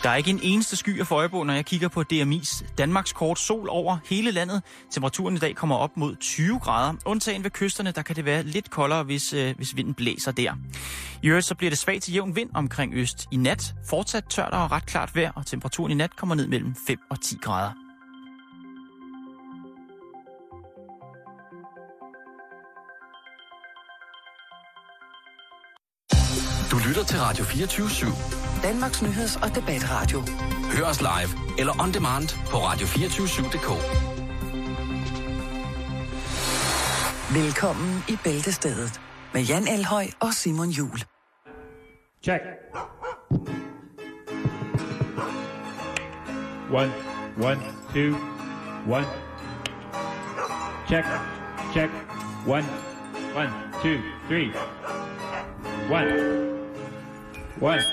Der er ikke en eneste sky at få øje på, når jeg kigger på DMI's Danmarkskort. Sol over hele landet. Temperaturen i dag kommer op mod 20 grader. Undtagen ved kysterne, der kan det være lidt koldere, hvis vinden blæser der. I øvrigt så bliver det svag til jævn vind omkring øst i nat. Fortsat tørt og ret klart vejr, og temperaturen i nat kommer ned mellem 5 og 10 grader. Du lytter til Radio 24/7. Danmarks nyheds- og debatradio. Hør os live eller on demand på radio247.dk. Velkommen i Bæltestedet med Jan Elhøj og Simon Juhl. Check. 1, 1, 2, 1. Check, check. 1, 1, 2, 3. 1.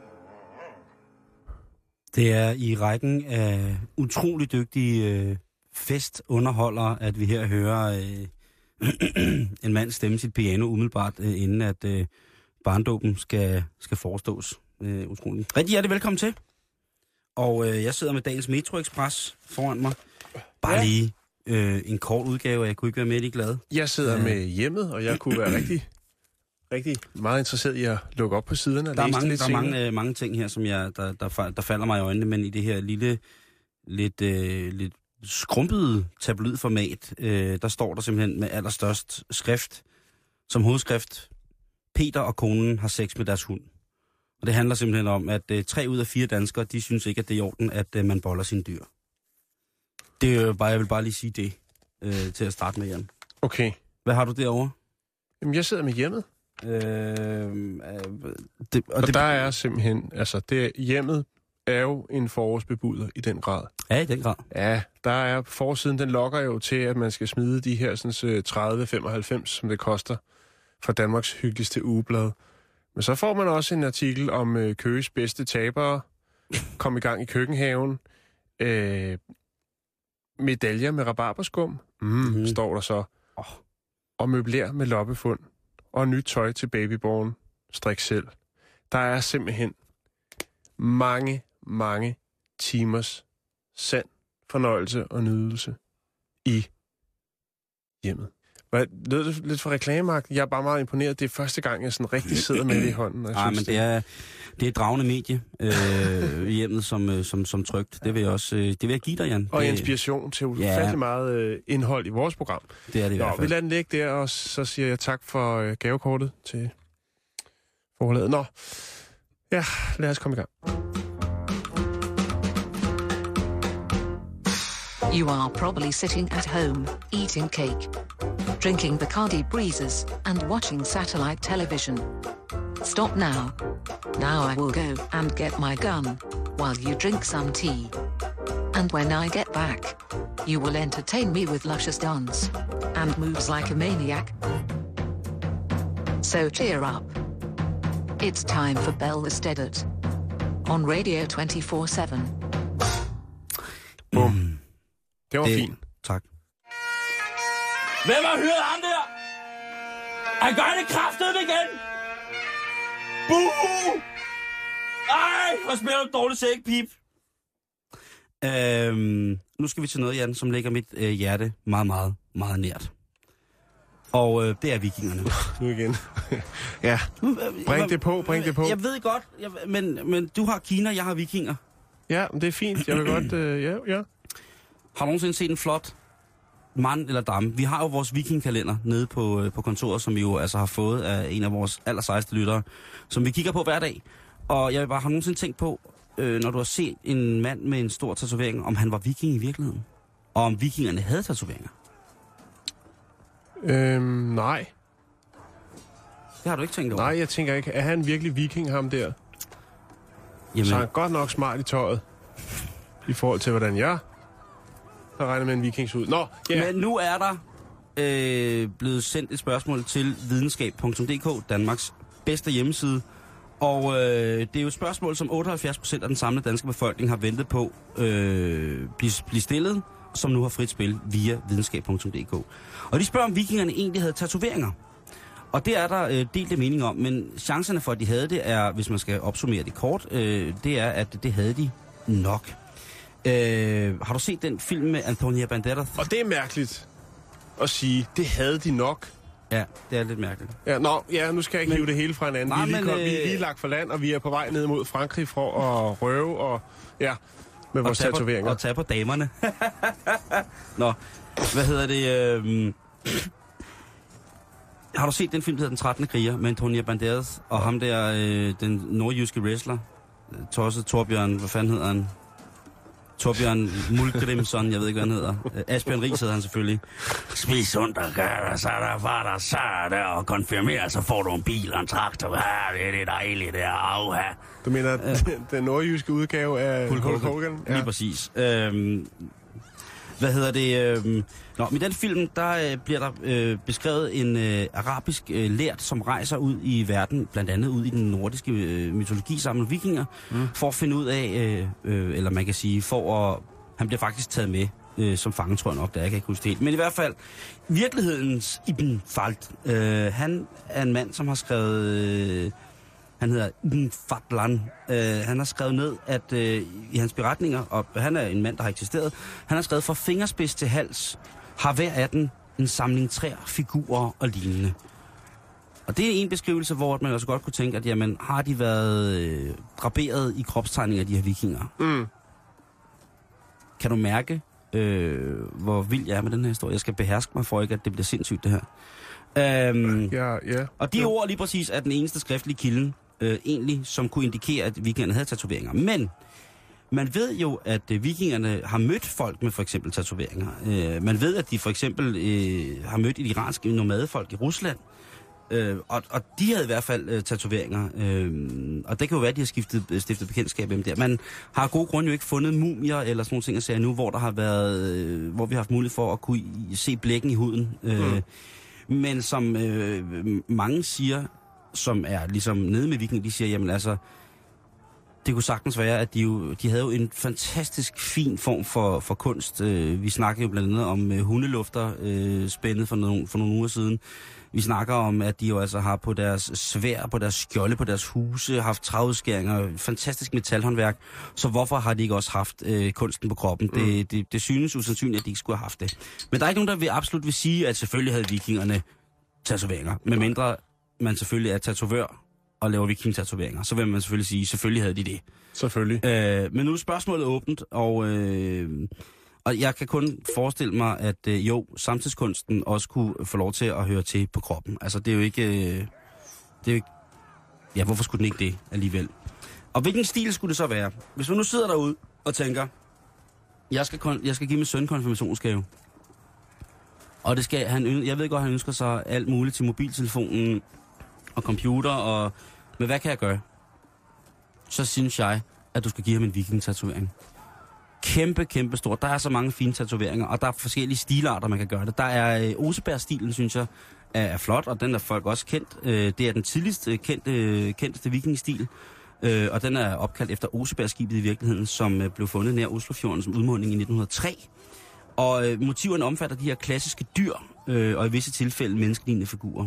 Det er i rækken af utrolig dygtige festunderholdere, at vi her hører en mand stemme sit piano umiddelbart, inden at barndåben skal forestås. Utroligt. Rigtig hjertelig velkommen til. Og jeg sidder med dagens Metro Express foran mig. Bare lige en kort udgave, jeg kunne ikke være med i glad. Jeg sidder med hjemmet, og jeg kunne være rigtig meget interesseret i at lukke op på siderne og læse lidt. Der er mange ting her, som der falder mig i øjnene, men i det her lille, lidt skrumpede tabloidformat, der står der simpelthen med allerstørst skrift, som hovedskrift: Peter og konen har sex med deres hund. Og det handler simpelthen om, at 3 ud af 4 danskere, de synes ikke, at det er i orden, at man boller sine dyr. Det er jo bare, jeg vil bare lige sige det til at starte med, Jan. Okay. Hvad har du derovre? Jamen, jeg sidder med hjemmet. Der er simpelthen, hjemmet er jo en forårsbebuder i den grad. Ja, i den grad. Ja, der er forsiden, den lokker jo til, at man skal smide de her 30-95, som det koster for Danmarks hyggeligste ugeblad. Men så får man også en artikel om Køges bedste tabere, kom i gang i køkkenhaven, medaljer med rabarberskum, står der så, og møbler med loppefund, og nyt tøj til babyborn, strik selv. Der er simpelthen mange timers sand fornøjelse og nydelse i hjemmet. Lød det lidt for reklameagtigt? Jeg er bare meget imponeret. Det er første gang, jeg sådan rigtig sidder med det i hånden. Nej, men det er et dragende medie i hjemmet som trykt. Det vil jeg give dig, Jan. Og inspiration til ufattelig meget indhold i vores program. Det er det i hvert fald. Vi lader den ligge der, og så siger jeg tak for gavekortet til forholdet. Nå, ja, lad os komme i gang. You are probably sitting at home, eating cake, drinking Bacardi breezes, and watching satellite television. Stop now. Now I will go and get my gun, while you drink some tea. And when I get back, you will entertain me with luscious dance, and moves like a maniac. So cheer up. It's time for Bæltestedet on Radio 24/7. Boom. Det var fint. Tak. Hvem har hørt ham der? Han gør det kraftedeme igen! Buh! Ej, hvor spiller du dårligt sækpip. Nu skal vi til noget, Jan, som ligger mit hjerte meget nært. Og det er vikingerne. Nu igen. Ja. Bring det på. Jeg ved godt, men du har Kina, jeg har vikinger. Ja, men det er fint. Jeg vil godt... ja. Har du nogensinde set en flot mand eller dame? Vi har jo vores vikingkalender nede på kontoret, som vi jo altså har fået af en af vores allersejeste lyttere, som vi kigger på hver dag. Og jeg vil bare have nogensinde tænkt på, når du har set en mand med en stor tatovering, om han var viking i virkeligheden? Og om vikingerne havde tatoveringer? Nej. Det har du ikke tænkt over? Nej, jeg tænker ikke. Er han virkelig viking, ham der? Jamen. Så er han godt nok smart i tøjet. I forhold til, hvordan jeg har regnet med en vikings ud. Nå, yeah. Men nu er der blevet sendt et spørgsmål til videnskab.dk, Danmarks bedste hjemmeside. Og det er jo et spørgsmål, som 78% af den samlede danske befolkning har ventet på blive stillet, som nu har frit spil via videnskab.dk. Og de spørger, om vikingerne egentlig havde tatoveringer. Og det er der delte mening om, men chancerne for, at de havde det, er, hvis man skal opsummere det kort, det er, at det havde de nok. Har du set den film med Antonio Banderas? Og det er mærkeligt at sige, det havde de nok. Ja, det er lidt mærkeligt. Ja, nu skal jeg ikke hive det hele fra hinanden. Nej, vi er lige lagt for land, og vi er på vej ned mod Frankrig for at røve og med vores tatoveringer. Og tage på damerne. Nå, hvad hedder det? Har du set den film, der hedder Den 13. kriger, med Antonio Banderas og ham der, den nordjyske wrestler? Tosset Torbjørn, hvad fanden hedder han? Torbjørn Mulgrimsson, jeg ved ikke, hvad han hedder. Asbjørn Ries hedder han selvfølgelig. Spis sundt og gør, så er der var der, så er der, og konfirmer, så får du en bil og en traktor. Det er det dejligt, det er afha. Du mener, den nordjyske udgave af Hulk Hogan? Ja. Lige præcis. Hvad hedder det? I den film, der bliver der beskrevet en arabisk lært, som rejser ud i verden, blandt andet ud i den nordiske mytologi sammen med vikinger, for at finde ud af, eller man kan sige, han bliver faktisk taget med som fange, tror jeg nok, jeg kan ikke huske det helt. Men i hvert fald, virkelighedens Ibn Fald, han er en mand, som har skrevet... Han hedder Ibn Fadlan. Han har skrevet ned, at i hans beretninger, og han er en mand, der har eksisteret, han har skrevet, fra fingerspids til hals har hver af den en samling træer, figurer og lignende. Og det er en beskrivelse, hvor man også godt kunne tænke, at jamen, har de været draperet i kropstegninger af de her vikinger? Mm. Kan du mærke, hvor vild jeg er med den her historie? Jeg skal beherske mig for ikke, at det bliver sindssygt, det her. Og de ord lige præcis er den eneste skriftlige kilde, egentlig, som kunne indikere, at vikingerne havde tatoveringer. Men man ved jo, at vikingerne har mødt folk med for eksempel tatoveringer. Man ved, at de for eksempel har mødt et iransk nomadefolk i Rusland. Og de havde i hvert fald tatoveringer. Og det kan jo være, at de har stiftet bekendtskab med dem der. Man har af gode grunde jo ikke fundet mumier eller sådan nogle ting at sige nu, hvor der har været, hvor vi har haft mulighed for at kunne se blækken i huden. Men som mange siger, som er ligesom nede med vikinger, de siger, jamen altså, det kunne sagtens være, at de havde jo en fantastisk fin form for kunst. Vi snakker jo blandt andet om hundelufter spændet for nogle uger siden. Vi snakker om, at de jo altså har på deres sværd, på deres skjolde, på deres huse, haft træudskæringer, fantastisk metalhåndværk. Så hvorfor har de ikke også haft kunsten på kroppen? Det synes usandsynligt, at de ikke skulle have haft det. Men der er ikke nogen, der absolut vil sige, at selvfølgelig havde vikingerne tatoveringer. Medmindre man selvfølgelig er tatovør og laver viking-tatoveringer. Så vil man selvfølgelig sige, selvfølgelig havde de det. Selvfølgelig. Men nu er spørgsmålet åbent, og jeg kan kun forestille mig, at samtidskunsten også kunne få lov til at høre til på kroppen. Altså, det er jo ikke... Ja, hvorfor skulle den ikke det alligevel? Og hvilken stil skulle det så være? Hvis man nu sidder derude og tænker, jeg skal give min søn konfirmationsgave. Og det skal jeg ved godt, han ønsker sig alt muligt til mobiltelefonen og computer, men hvad kan jeg gøre? Så synes jeg, at du skal give ham en viking-tatovering. Kæmpe stor. Der er så mange fine tatoveringer, og der er forskellige stilarter, man kan gøre det. Der er Oseberg-stilen, synes jeg, er flot, og den er folk også kendt. Det er den tidligste kendteste vikingstil, og den er opkaldt efter Oseberg-skibet i virkeligheden, som blev fundet nær Oslofjorden som udmunding i 1903. Og motiverne omfatter de her klassiske dyr, og i visse tilfælde menneskelignende figurer.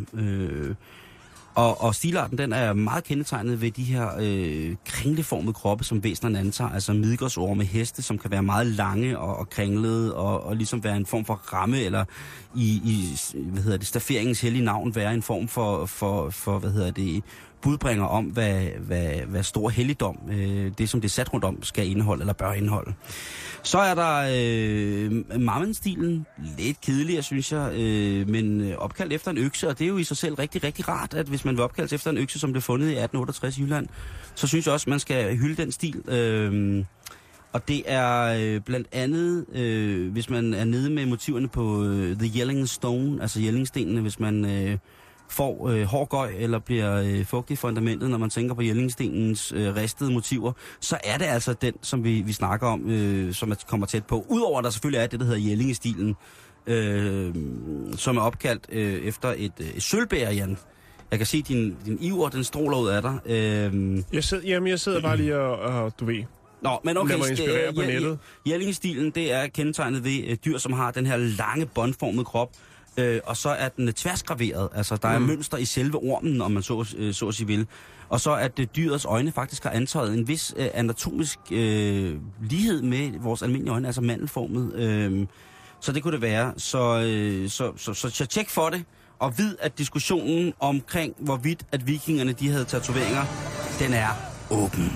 Og stilarten, den er meget kendetegnet ved de her kringleformede kroppe, som væsenerne antager. Altså midgårdsorme, heste, som kan være meget lange og kringlede, og ligesom være en form for ramme, eller i stafferingens hellige navn, være en form for budbringer om, hvad stor helligdom, det som det er sat rundt om, skal indeholde eller bør indeholde. Så er der Mammen-stilen, lidt kedeligere, synes jeg, men opkaldt efter en økse, og det er jo i sig selv rigtig, rigtig rart, at hvis man vil opkaldes efter en økse, som blev fundet i 1868 i Jylland, så synes jeg også, man skal hylde den stil. Og det er blandt andet, hvis man er nede med motiverne på The Yelling Stone, altså Jellingstenene, hvis man får hård gøj eller bliver fugtig i fundamentet, når man tænker på Jellingstenens ristede motiver, så er det altså den, som vi snakker om, som kommer tæt på. Udover at der selvfølgelig er det, der hedder Jellingestilen, som er opkaldt efter et sølvbær, Jan. Jeg kan se, din iver, den stråler ud af dig. Jeg sidder bare lige og du ved... Nå, men okay, Jellingestilen, det er kendetegnet ved dyr, som har den her lange, båndformede krop, og så er den tværsgraveret. Altså, der er mønster i selve ormen, om man så at sige vil. Og så at dyrets øjne faktisk har antaget en vis anatomisk lighed med vores almindelige øjne, altså mandelformet. Så det kunne det være. Så tjek for det, og vid, at diskussionen omkring, hvorvidt at vikingerne de havde tatoveringer, den er åben.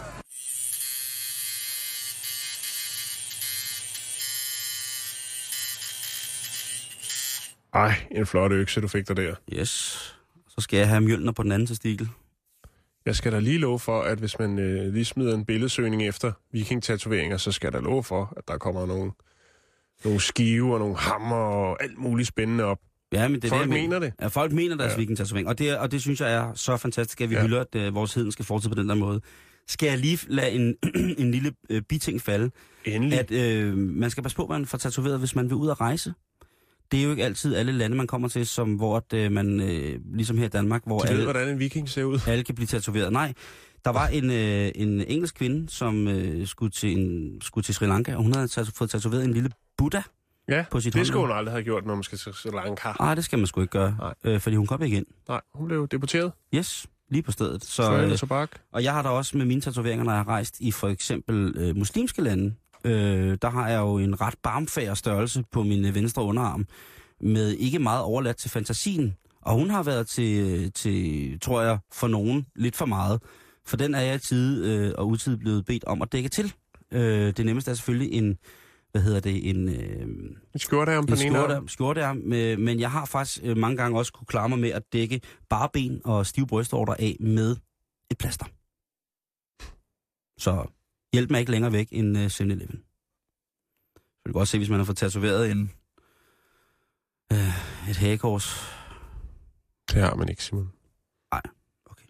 Ej, en flot økse, du fik der der. Yes. Så skal jeg have Mjølner på den anden testikel. Jeg skal da lige love for, at hvis man lige smider en billedsøgning efter viking-tatoveringer, så skal jeg da love for, at der kommer nogle skive og nogle hammer og alt muligt spændende op. Ja, men det folk mener det. Ja, folk mener deres viking-tatovering. Og det synes jeg er så fantastisk, at vi hylder, at vores heden skal fortsætte på den der måde. Skal jeg lige lade en lille biting falde? Endelig. At man skal passe på, hvad man får tatoveret, hvis man vil ud at rejse. Det er jo ikke altid alle lande, man kommer til, som hvor man, ligesom her i Danmark, hvor alle... Du ved, hvordan en viking ser ud? Alle kan blive tatoveret. Nej, der var en engelsk kvinde, som skulle til Sri Lanka, og hun havde fået tatoveret en lille Buddha på sit håndled. Det skulle hun aldrig have gjort, når man skal til Sri Lanka. Nej, det skal man sgu ikke gøre, fordi hun kom ikke ind. Nej, hun blev deporteret. Yes, lige på stedet. Og jeg har da også med mine tatoveringer, når jeg har rejst i for eksempel muslimske lande, der har jeg jo en ret barmfager størrelse på min venstre underarm, med ikke meget overladt til fantasien. Og hun har været til tror jeg, for nogen lidt for meget. For den er jeg i tide og utid blevet bedt om at dække til. Det nemmeste er selvfølgelig en skjortearm på den ene skjortearm, men jeg har faktisk mange gange også kunne klare mig med at dække bare ben og stive brystvorter af med et plaster. Så hjælp mig ikke længere væk end 7-Eleven. Så du kan godt se, hvis man har fået tatoveret et hagekors. Det har man ikke, Simon. Nej, okay.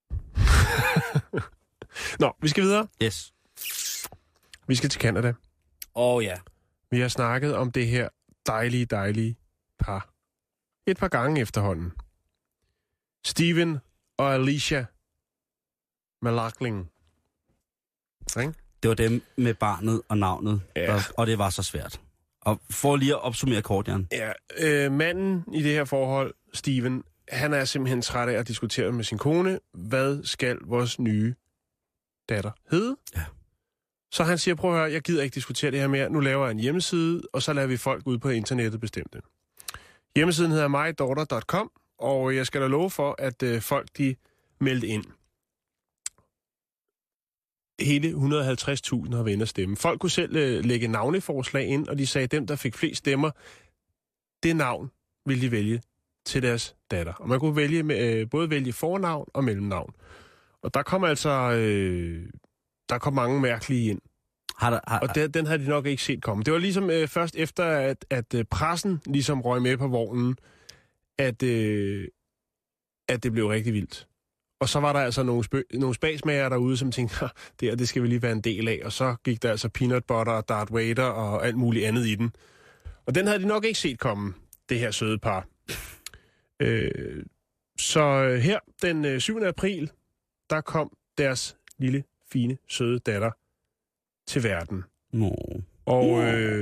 Nå, vi skal videre. Yes. Vi skal til Canada. Ja. Vi har snakket om det her dejlige par. Et par gange efterhånden. Steven og Alicia Malakling. Det var dem med barnet og navnet, og det var så svært. Og for lige at opsummere kort, Jan. Ja, manden i det her forhold, Steven, han er simpelthen træt af at diskutere med sin kone, hvad skal vores nye datter hedde? Ja. Så han siger, prøv at høre, jeg gider ikke diskutere det her mere. Nu laver jeg en hjemmeside, og så lader vi folk ud på internettet bestemme det. Hjemmesiden hedder mydaughter.com, og jeg skal da love for, at folk de meldte ind. Hele 150.000 har været inde at stemme. Folk kunne selv lægge navneforslag ind, og de sagde, at dem, der fik flest stemmer, det navn ville de vælge til deres datter. Og man kunne både vælge fornavn og mellemnavn. Og der kom altså der kom mange mærkelige ind. Og den havde de nok ikke set komme. Det var ligesom først efter, at pressen ligesom røg med på vognen, at det blev rigtig vildt. Og så var der altså nogle spasmager derude, som tænkte, det skal vi lige være en del af. Og så gik der altså peanut butter og Darth Vader og alt muligt andet i den. Og den havde de nok ikke set komme, det her søde par. Så her, den 7. april, der kom deres lille, fine, søde datter til verden. Og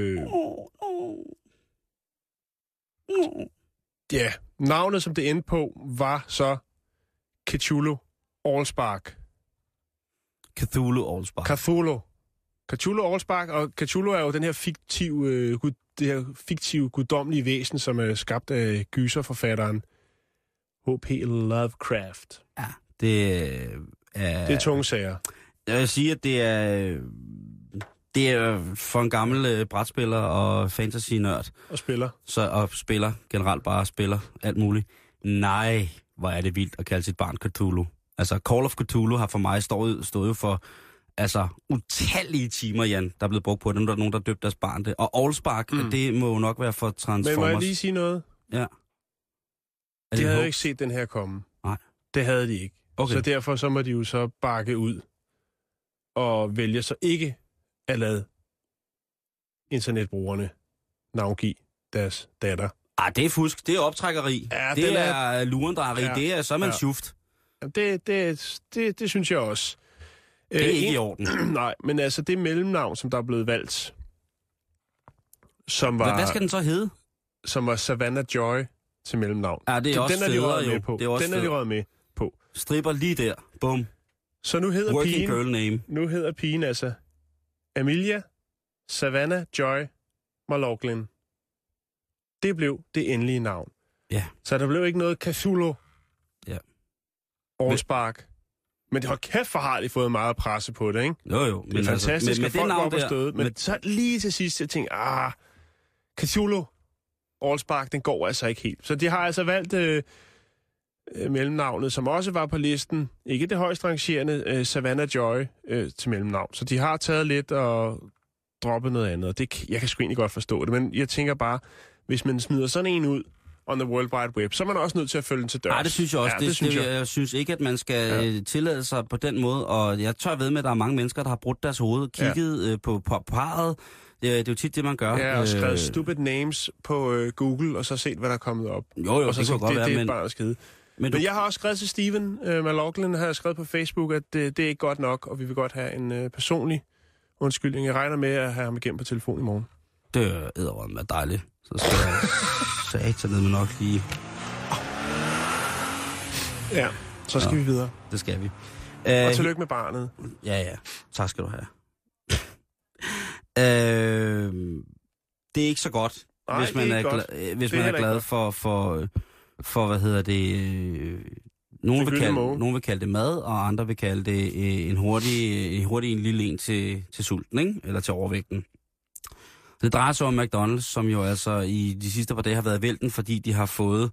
ja, navnet, som det endte på, var så Cthulhu Allspark. Cthulhu Allspark. Cthulhu Allspark, og Cthulhu er jo den her fiktive guddommelige væsen, som er skabt af gyserforfatteren H.P. Lovecraft. Ja, det er tunge sager. Jeg vil sige, at det er for en gammel brætspiller og fantasy-nørd. Og spiller generelt bare spiller alt muligt. Nej, hvor er det vildt at kalde sit barn Cthulhu. Altså, Call of Cthulhu har for mig stået jo for utallige timer, Jan, der er blevet brugt på det. Der er nogen, der døbte deres barn det. Og Allspark, det må jo nok være for Transformers. Men må jeg lige sige noget? Ja. De havde jo ikke set den her komme. Nej. Det havde de ikke. Okay. Så derfor så må de jo så bakke ud og vælge så ikke at lade internetbrugerne navngive deres datter. Det er fusk. Det er optrækkeri. Ja, det er lurendrejeri. Ja, det er så man sjuft. Det synes jeg også. Det er ikke i orden. Nej, men altså det mellemnavn, som der er blevet valgt, som var... Hvad skal den så hedde? som var Savannah Joy til mellemnavn. Ja, det er også den er de federe, røget jo. med på. Det er også Den er de røget med på. Stripper lige der. Bum. Så nu hedder Working pigen... girl name. Nu hedder pigen altså Amelia Savannah Joy McLaughlin. Det blev det endelige navn. Ja. Så der blev ikke noget Cthulhu. Ja. Allspark. Men det har kæft for har de fået meget presse på det, ikke? Jo. Det er fantastisk, med at folk det går op og der, støde. Men så lige til sidst, jeg tænkte, Cthulhu Allspark, den går altså ikke helt. Så de har altså valgt mellemnavnet, som også var på listen. Ikke det højst rangerende Savannah Joy til mellemnavn. Så de har taget lidt og droppet noget andet. Jeg kan sgu egentlig godt forstå det, men jeg tænker bare, hvis man smider sådan en ud on the World Wide Web, så er man også nødt til at følge den til dørs. Nej, det synes jeg også. Ja, det synes jeg. Jeg synes ikke, at man skal tillade sig på den måde, og jeg tør ved med, at der er mange mennesker, der har brudt deres hoved, kigget på parret. Det er jo tit det, man gør. Ja, og skrevet stupid names på Google, og så set, hvad der er kommet op. Jo, og så det kan godt være, det er men... bare skide. Men jeg har også skrevet til Steven McLaughlin, har jeg skrevet på Facebook, at det er ikke godt nok, og vi vil godt have en personlig undskyldning. Jeg regner med at have ham igennem på telefon i morgen. Det er edderrømme er dejligt. Så skal jeg satan med nok lige... Ja, så skal vi videre. Det skal vi. Og tillykke med barnet. Ja. Tak skal du have. Det er ikke så godt, Nej, hvis man er glad for hvad hedder det... Nogen vil kalde det mad, og andre vil kalde det en hurtig lille en til sulten, ikke? Eller til overvægten. Det drejer sig om McDonald's, som jo altså i de sidste par dage har været i vælten, fordi de har fået...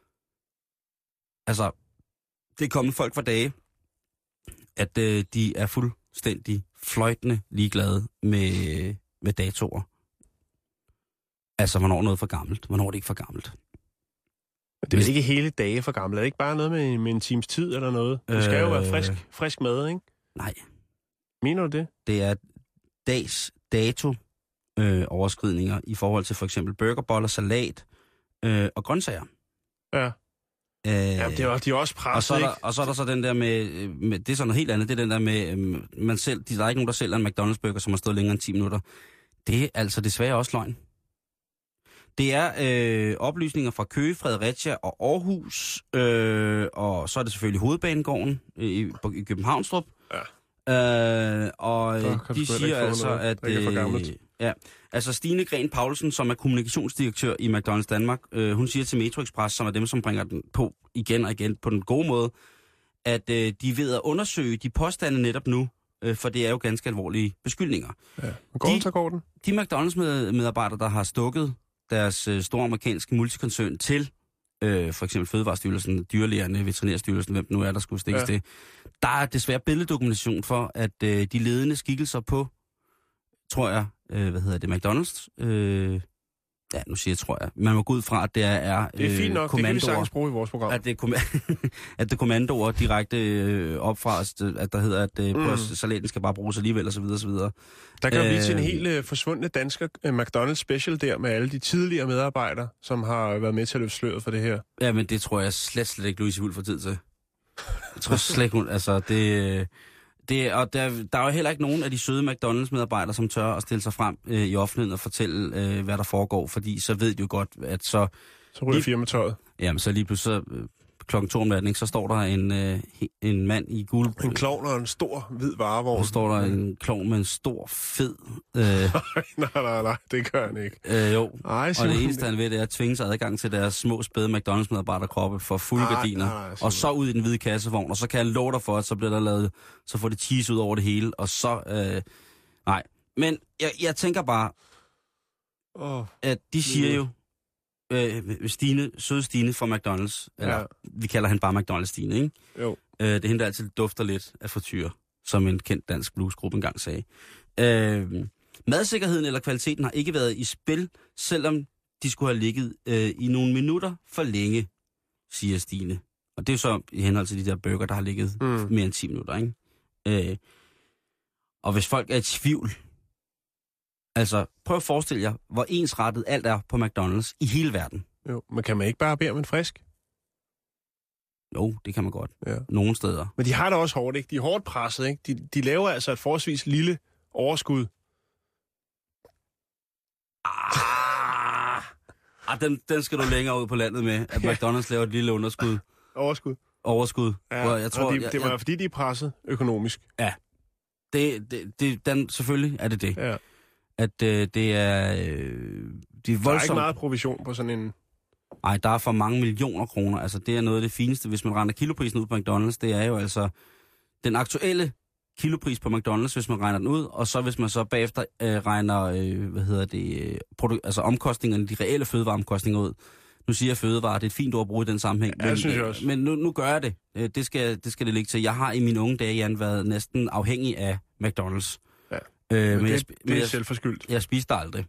Altså, det er kommet folk for dage, at de er fuldstændig fløjtende ligeglade med datoer. Altså, hvornår noget er for gammelt, hvornår er det ikke for gammelt. Det er vel ikke hele dage for gammelt. Er det ikke bare noget med en times tid eller noget? Det skal jo være frisk mad, ikke? Nej. Mener du det? Det er dato overskridninger i forhold til for eksempel burgerboller, salat og grøntsager. Ja. Jamen, de er også presset, og så er der så den der med det er sådan noget helt andet, det er den der med, der er ikke nogen, der sælger en McDonald's-burger, som har stået længere end 10 minutter. Det er altså desværre også løgn. Det er oplysninger fra Køge, Fredericia og Aarhus, og så er det selvfølgelig Hovedbanegården i Københavnstrup. Ja. Og de siger altså, at altså Stine Gren Paulsen, som er kommunikationsdirektør i McDonald's Danmark, hun siger til Metro Express, som er dem, som bringer den på igen og igen på den gode måde, at de ved at undersøge de påstande netop nu, for det er jo ganske alvorlige beskyldninger. Ja. Går den? De McDonald's-medarbejdere, der har stukket deres store amerikanske multikoncern til for eksempel Fødevarestyrelsen, dyrlægerne, Veterinærstyrelsen, hvem nu er, der skulle stikkes til. Der er desværre billeddokumentation for, at de ledende skikkelser på, tror jeg, McDonald's, nu siger jeg, tror jeg, man må gå ud fra, at det er det er fint nok, det kan vi sagtens bruge i vores program. At det er kommandoer direkte op fra os, at der hedder, at salaten skal bare bruges alligevel, og så videre, og så videre. Der kan jo blive til en helt forsvundne dansker McDonald's special der, med alle de tidligere medarbejdere, som har været med til at løfte sløret for det her. Ja, men det tror jeg slet ikke, Louise Wulff får tid til. Jeg tror slet ikke, altså og der er jo heller ikke nogen af de søde McDonald's-medarbejdere, som tør at stille sig frem i offentligheden og fortælle, hvad der foregår, fordi så ved de jo godt, at så ryger firmatøjet. Jamen, så lige pludselig klokken 2 om natten, så står der en mand i gul... En klovn og en stor, hvid varevogn. Så står der en klovn med en stor, fed... Nej, det gør han ikke. Jo, og det eneste, han ved, det er at tvinge sig adgang til deres små, spæde McDonald's-medarbejderkroppe for fulde gardiner, og så ud i den hvide kassevogn, og så kan jeg love dig for, at så bliver der lavet... Så får det cheese ud over det hele, og så... Nej, men jeg tænker bare, at de siger jo, søde Stine fra McDonald's, eller vi kalder hende bare McDonald's Stine, ikke? Jo. Det er hende, der altid dufter lidt af frityre, som en kendt dansk bluesgruppe engang sagde. Madsikkerheden eller kvaliteten har ikke været i spil, selvom de skulle have ligget i nogle minutter for længe, siger Stine. Og det er jo så i henhold til de der burger, der har ligget mere end 10 minutter, ikke? Og hvis folk er i tvivl, altså, prøv at forestille jer, hvor ensrettet alt er på McDonald's i hele verden. Jo, men kan man ikke bare bede om en frisk? Jo, det kan man godt. Ja. Nogle steder. Men de har det også hårdt, ikke? De er hårdt presset, ikke? De laver altså et forholdsvis lille overskud. Den skal du længere ud på landet med, at McDonald's laver et lille underskud. Overskud. Ja, Jeg tror, det var fordi, de er presset økonomisk. Ja. Selvfølgelig er det det. Ja. At det er... de der er ikke meget provision på sådan en... Nej, der er for mange millioner kroner. Altså, det er noget af det fineste. Hvis man regner kiloprisen ud på McDonald's, det er jo altså den aktuelle kilopris på McDonald's, hvis man regner den ud, og så hvis man så bagefter regner, altså omkostningerne, de reelle fødevareomkostninger ud. Nu siger jeg fødevare, det er et fint ord at bruge i den sammenhæng. Ja, det synes jeg også. Men nu gør jeg det. Det skal det ligge til. Jeg har i mine unge dage, Jan, været næsten afhængig af McDonald's. Ja, men det er selvforskyldt. Jeg spiste aldrig.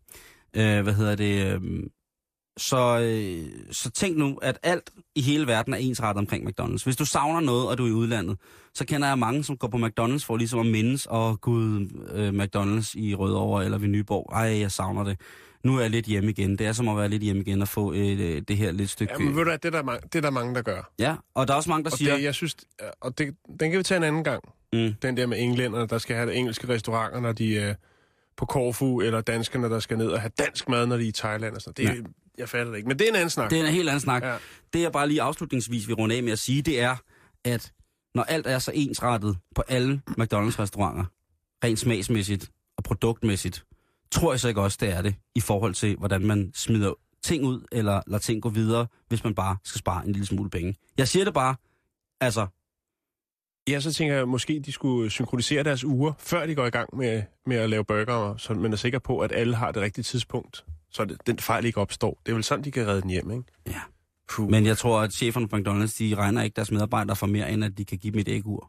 Så tænk nu, at alt i hele verden er ensrettet omkring McDonald's. Hvis du savner noget, og du er i udlandet, så kender jeg mange, som går på McDonald's for ligesom at mindes, gud, McDonald's i Rødovre eller ved Nyborg. Ej, jeg savner det. Nu er jeg lidt hjemme igen. Det er som at være lidt hjemme igen og få det her lidt stykke... Ja, men ved du at det er der mange, der gør. Ja, og der er også mange, der siger... Jeg synes, den kan vi tage en anden gang. Den der med englænderne, der skal have det engelske restauranter, når de er på Korfu, eller danskerne, der skal ned og have dansk mad, når de er i Thailand. Og sådan. Det, jeg fatter det ikke, men det er en anden snak. Det er en helt anden snak. Ja. Det jeg bare lige afslutningsvis vil runde af med at sige, det er, at når alt er så ensrettet på alle McDonald's-restauranter, rent smagsmæssigt og produktmæssigt, tror jeg så ikke også, det er det, i forhold til, hvordan man smider ting ud, eller lader ting gå videre, hvis man bare skal spare en lille smule penge. Jeg siger det bare, altså... Ja, så tænker jeg, måske de skulle synkronisere deres uger, før de går i gang med at lave burger, så man er sikker på, at alle har det rigtige tidspunkt, så den fejl ikke opstår. Det er vel sådan, de kan redde den hjem, ikke? Ja. Puh. Men jeg tror, at cheferne på McDonald's, de regner ikke deres medarbejdere for mere, end at de kan give dem et ægur.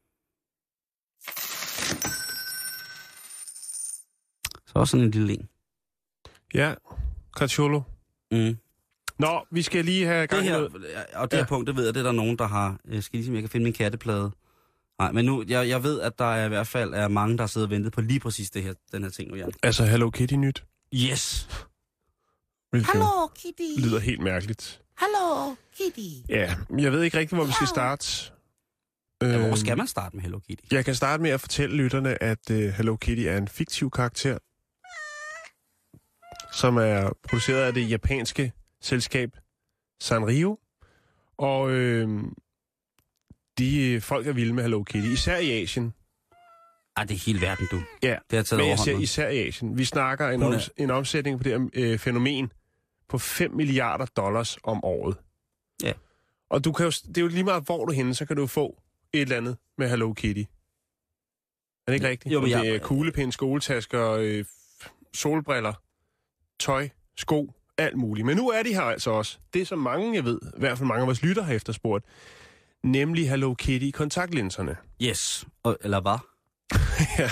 Så også sådan en lille en. Ja, Cacciolo. Mm. Nå, vi skal lige have gang med... Og det her punkt, det ved jeg, det er der nogen, der har... Skal lige se, om jeg kan finde min katteplade. Nej, men nu, jeg ved, at der er i hvert fald er mange, der sidder og venter på lige præcis den her ting nu, Jan. Altså Hello Kitty nyt? Yes! Hello Kitty! Lyder helt mærkeligt. Hello Kitty! Ja, jeg ved ikke rigtig, hvor vi skal starte. Ja, hvor skal man starte med Hello Kitty? Jeg kan starte med at fortælle lytterne, at Hello Kitty er en fiktiv karakter, som er produceret af det japanske selskab Sanrio. Og de folk er vilde med Hello Kitty, især i Asien. Det er hele verden, du. Ja, det har taget men jeg siger især i Asien. Vi snakker en omsætning på det her fænomen på $5 milliarder om året. Ja. Og du kan jo, det er jo lige meget, hvor du er henne, så kan du få et eller andet med Hello Kitty. Er det ikke rigtigt? Jo, men det er kuglepind, skoletasker, solbriller, tøj, sko, alt muligt. Men nu er de her altså også. Det som mange, jeg ved, i hvert fald mange af vores lytter har efterspurgt, nemlig Hello Kitty kontaktlinserne. Yes. Eller hvad? Ja.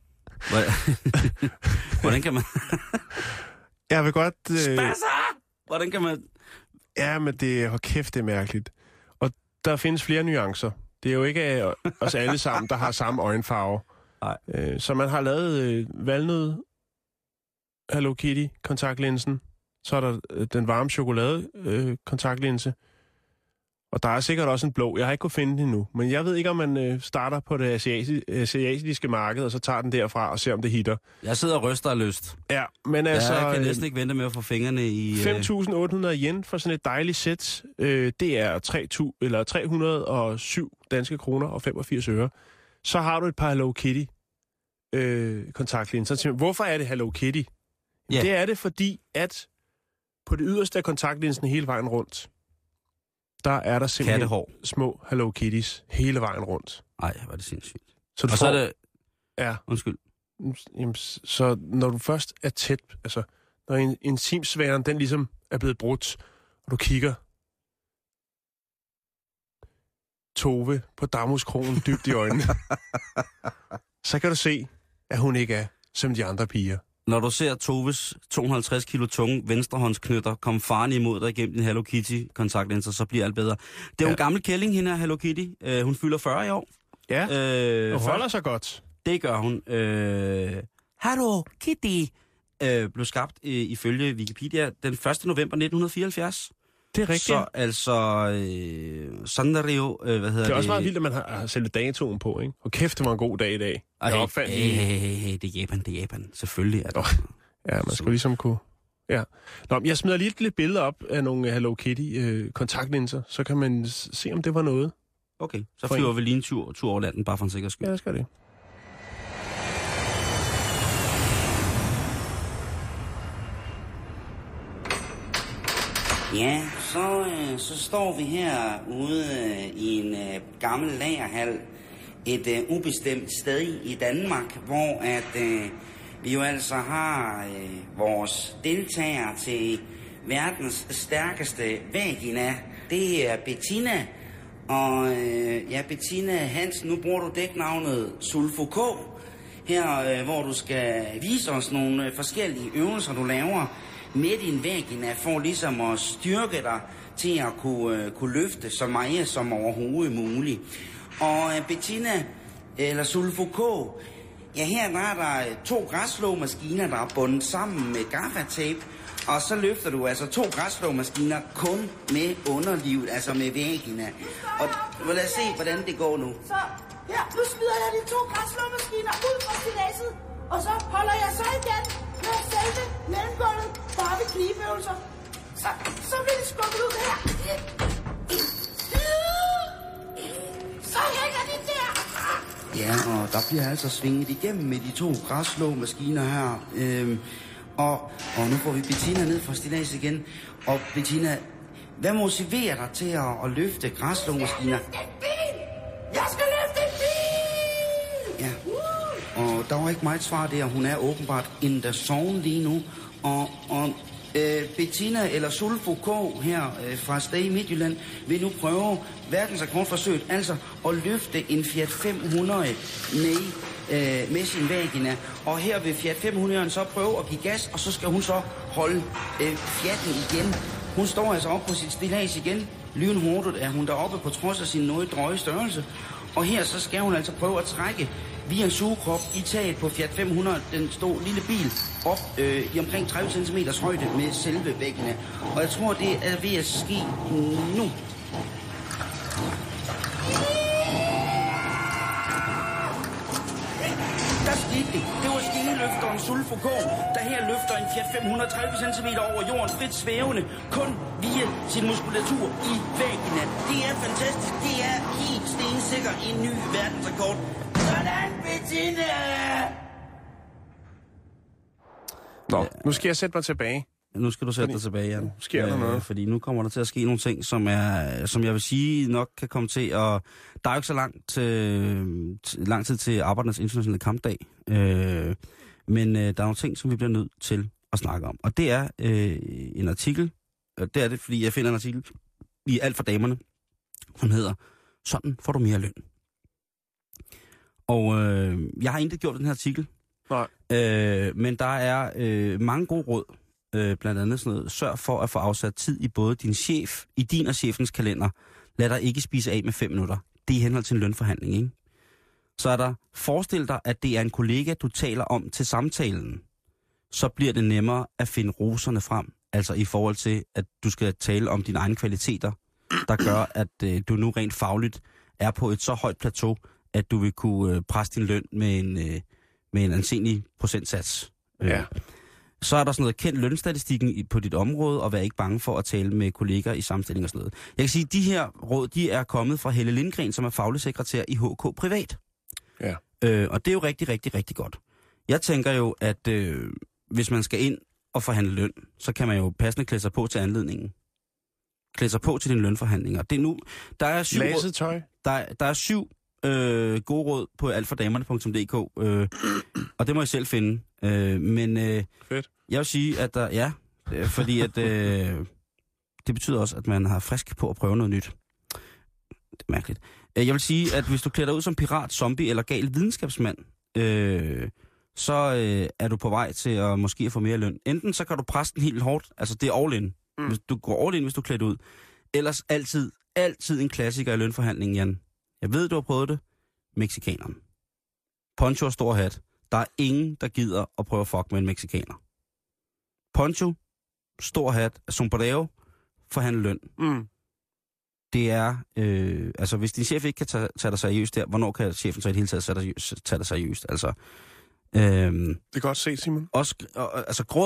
Hvordan kan man... Jeg vil godt... Spasser! Hvordan kan man... Ja, men hold kæft, det er mærkeligt. Og der findes flere nuancer. Det er jo ikke os alle sammen, der har samme øjenfarve. Nej. Så man har lavet valnød Hello Kitty kontaktlinsen. Så er der den varme chokolade kontaktlinse. Og der er sikkert også en blå. Jeg har ikke kunnet finde den endnu. Men jeg ved ikke, om man starter på det asiatiske marked, og så tager den derfra og ser, om det hitter. Jeg sidder og ryster af lyst. Ja, men altså... Jeg kan næsten ikke vente med at få fingrene i... 5.800 yen for sådan et dejligt sæt. Det er 307 danske kroner og 85 øre. Så har du et par Hello Kitty kontaktlinser. Hvorfor er det Hello Kitty? Yeah. Det er det, fordi at på det yderste af kontaktlinsen hele vejen rundt, der er der simpelthen Kattehår. Små Hello Kitties hele vejen rundt. Ej, hvor er det sindssygt. Så så er det... Ja. Undskyld. Jamen, så når du først er tæt, altså når intimsfæren, den ligesom er blevet brudt, og du kigger Tove på Damuskronen dybt i øjnene, så kan du se, at hun ikke er som de andre piger. Når du ser Toves 250 kilo tunge venstrehåndsknytter komme farne imod dig igennem din Hello Kitty-kontaktlinser, så bliver alt bedre. Det er jo en gammel kælling, hende her, Hello Kitty. Hun fylder 40 i år. Ja, og holder sig godt. Det gør hun. Hello Kitty blev skabt ifølge Wikipedia den 1. november 1974. Det er rigtigt. Så altså, Sanrio, det er også meget vildt, at man har sat datoen på, ikke? Og kæft, det var en god dag i dag. Hey, det er Japan, Selvfølgelig er det. Ja, man skulle ligesom kunne Ja. Nå, jeg smider lige et lille billede op af nogle Hello Kitty kontaktlinser, så kan man se, om det var noget. Okay, så flyver vi lige en tur over landet, bare for en sikker skyld. Ja, det skal det. Ja, så står vi her ude i en gammel lagerhal, et ubestemt sted i Danmark, hvor vi jo altså har vores deltagere til verdens stærkeste vagina. Det er Bettina, og Bettina Hansen, nu bruger du dæknavnet Sulfo K, her hvor du skal vise os nogle forskellige øvelser, du laver med din vagina, for ligesom at styrke dig til at kunne løfte så meget som overhovedet muligt. Og Bettina, eller Sulfo K, ja, her der er der 2 græsslåmaskiner, der er bundet sammen med gaffatape, og så løfter du altså 2 græsslåmaskiner kun med underlivet, altså med vagina. Og lad os se, hvordan det går nu. Så, her, nu smider jeg de 2 græsslåmaskiner ud fra stilladset, og så holder jeg så igen med selve mellemgulvet bare ved knibeøvelser. Så bliver det skubbet ud her. Så hænger de der. Ja, og der bliver altså svinget igennem med de 2 græsslåmaskiner her. Og nu får vi Bettina ned fra stillads igen. Og Bettina, hvad motiverer dig til at løfte græsslåmaskiner? Jeg skal løfte en bil! Ja, og der var ikke meget svar der. Hun er åbenbart in the zone lige nu. Og Bettina eller Sulfo K her fra et sted i Midtjylland vil nu prøve verdensrekordforsøget, altså at løfte en Fiat 500 med sin vagina. Og her vil Fiat 500'eren så prøve at give gas, og så skal hun så holde Fiaten igen. Hun står altså op på sit stillads igen. Lynhurtigt er hun deroppe på trods af sin noget drøje størrelse. Og her så skal hun altså prøve at trække via en sugekrop i taget på Fiat 500, den store lille bil, op i omkring 30 cm højde med selve vagina. Og jeg tror, det er ved at ske nu. Der skete det. Det var stengeløfteren Sulfo K, der her løfter en Fiat 500 30 cm over jorden frit svævende, kun via sin muskulatur i vagina. Det er fantastisk. Det er helt stensikker en ny verdensrekord. Sådan, Bettina! Nå, nu skal jeg sætte mig tilbage. Nu skal du sætte dig tilbage, Jan. Sker der noget? Fordi nu kommer der til at ske nogle ting, som jeg vil sige nok kan komme til at... Der er jo ikke så lang tid til Arbejdernes Internationale Kampdag, men der er nogle ting, som vi bliver nødt til at snakke om. Og det er en artikel, det er det, fordi jeg finder en artikel i Alt for damerne, som hedder Sådan får du mere løn. Og jeg har intet gjort den her artikel. Nej. Men der er mange gode råd. Blandt andet sådan noget. Sørg for at få afsat tid i både din og chefens kalender. Lad dig ikke spise af med 5 minutter. Det er i henhold til en lønforhandling, ikke? Så er der, forestil dig, at det er en kollega, du taler om til samtalen. Så bliver det nemmere at finde roserne frem. Altså i forhold til, at du skal tale om dine egne kvaliteter, der gør, at du nu rent fagligt er på et så højt plateau, at du vil kunne presse din løn med en ansenlig procentsats. Ja. Så er der sådan noget kendt lønstatistikken på dit område, og vær ikke bange for at tale med kolleger i sammenstilling og sådan noget. Jeg kan sige, at de her råd, de er kommet fra Helle Lindgren, som er faglig sekretær i HK Privat. Ja. Og det er jo rigtig, rigtig, rigtig godt. Jeg tænker jo, at hvis man skal ind og forhandle løn, så kan man jo passende klæde sig på til anledningen. Klæde sig på til dine lønforhandlinger. Det er nu, der er 7 Lasetøj. Der er 7 gode råd på altfordamerne.dk, og det må jeg selv finde. Men Fedt. jeg vil sige, at der, fordi at det betyder også, at man har frisk på at prøve noget nyt. Det er mærkeligt. Jeg vil sige, at hvis du klæder dig ud som pirat, zombie eller gal videnskabsmand, så er du på vej til at måske få mere løn. Enten så kan du presse den helt hårdt, altså det er all in. Hvis du går all in, hvis du klæder ud. Ellers altid en klassiker i lønforhandlingen, Jan. Jeg ved, du har prøvet det. Mexikaneren. Poncho og stor hat. Der er ingen, der gider at prøve at fuck med en mexikaner. Poncho, stor hat, sombrero, forhandle løn. Det er, altså hvis din chef ikke kan tage dig seriøst der, hvornår kan chefen så i det hele taget tage dig seriøst? Altså, det er godt set, Simon. Også, altså gråd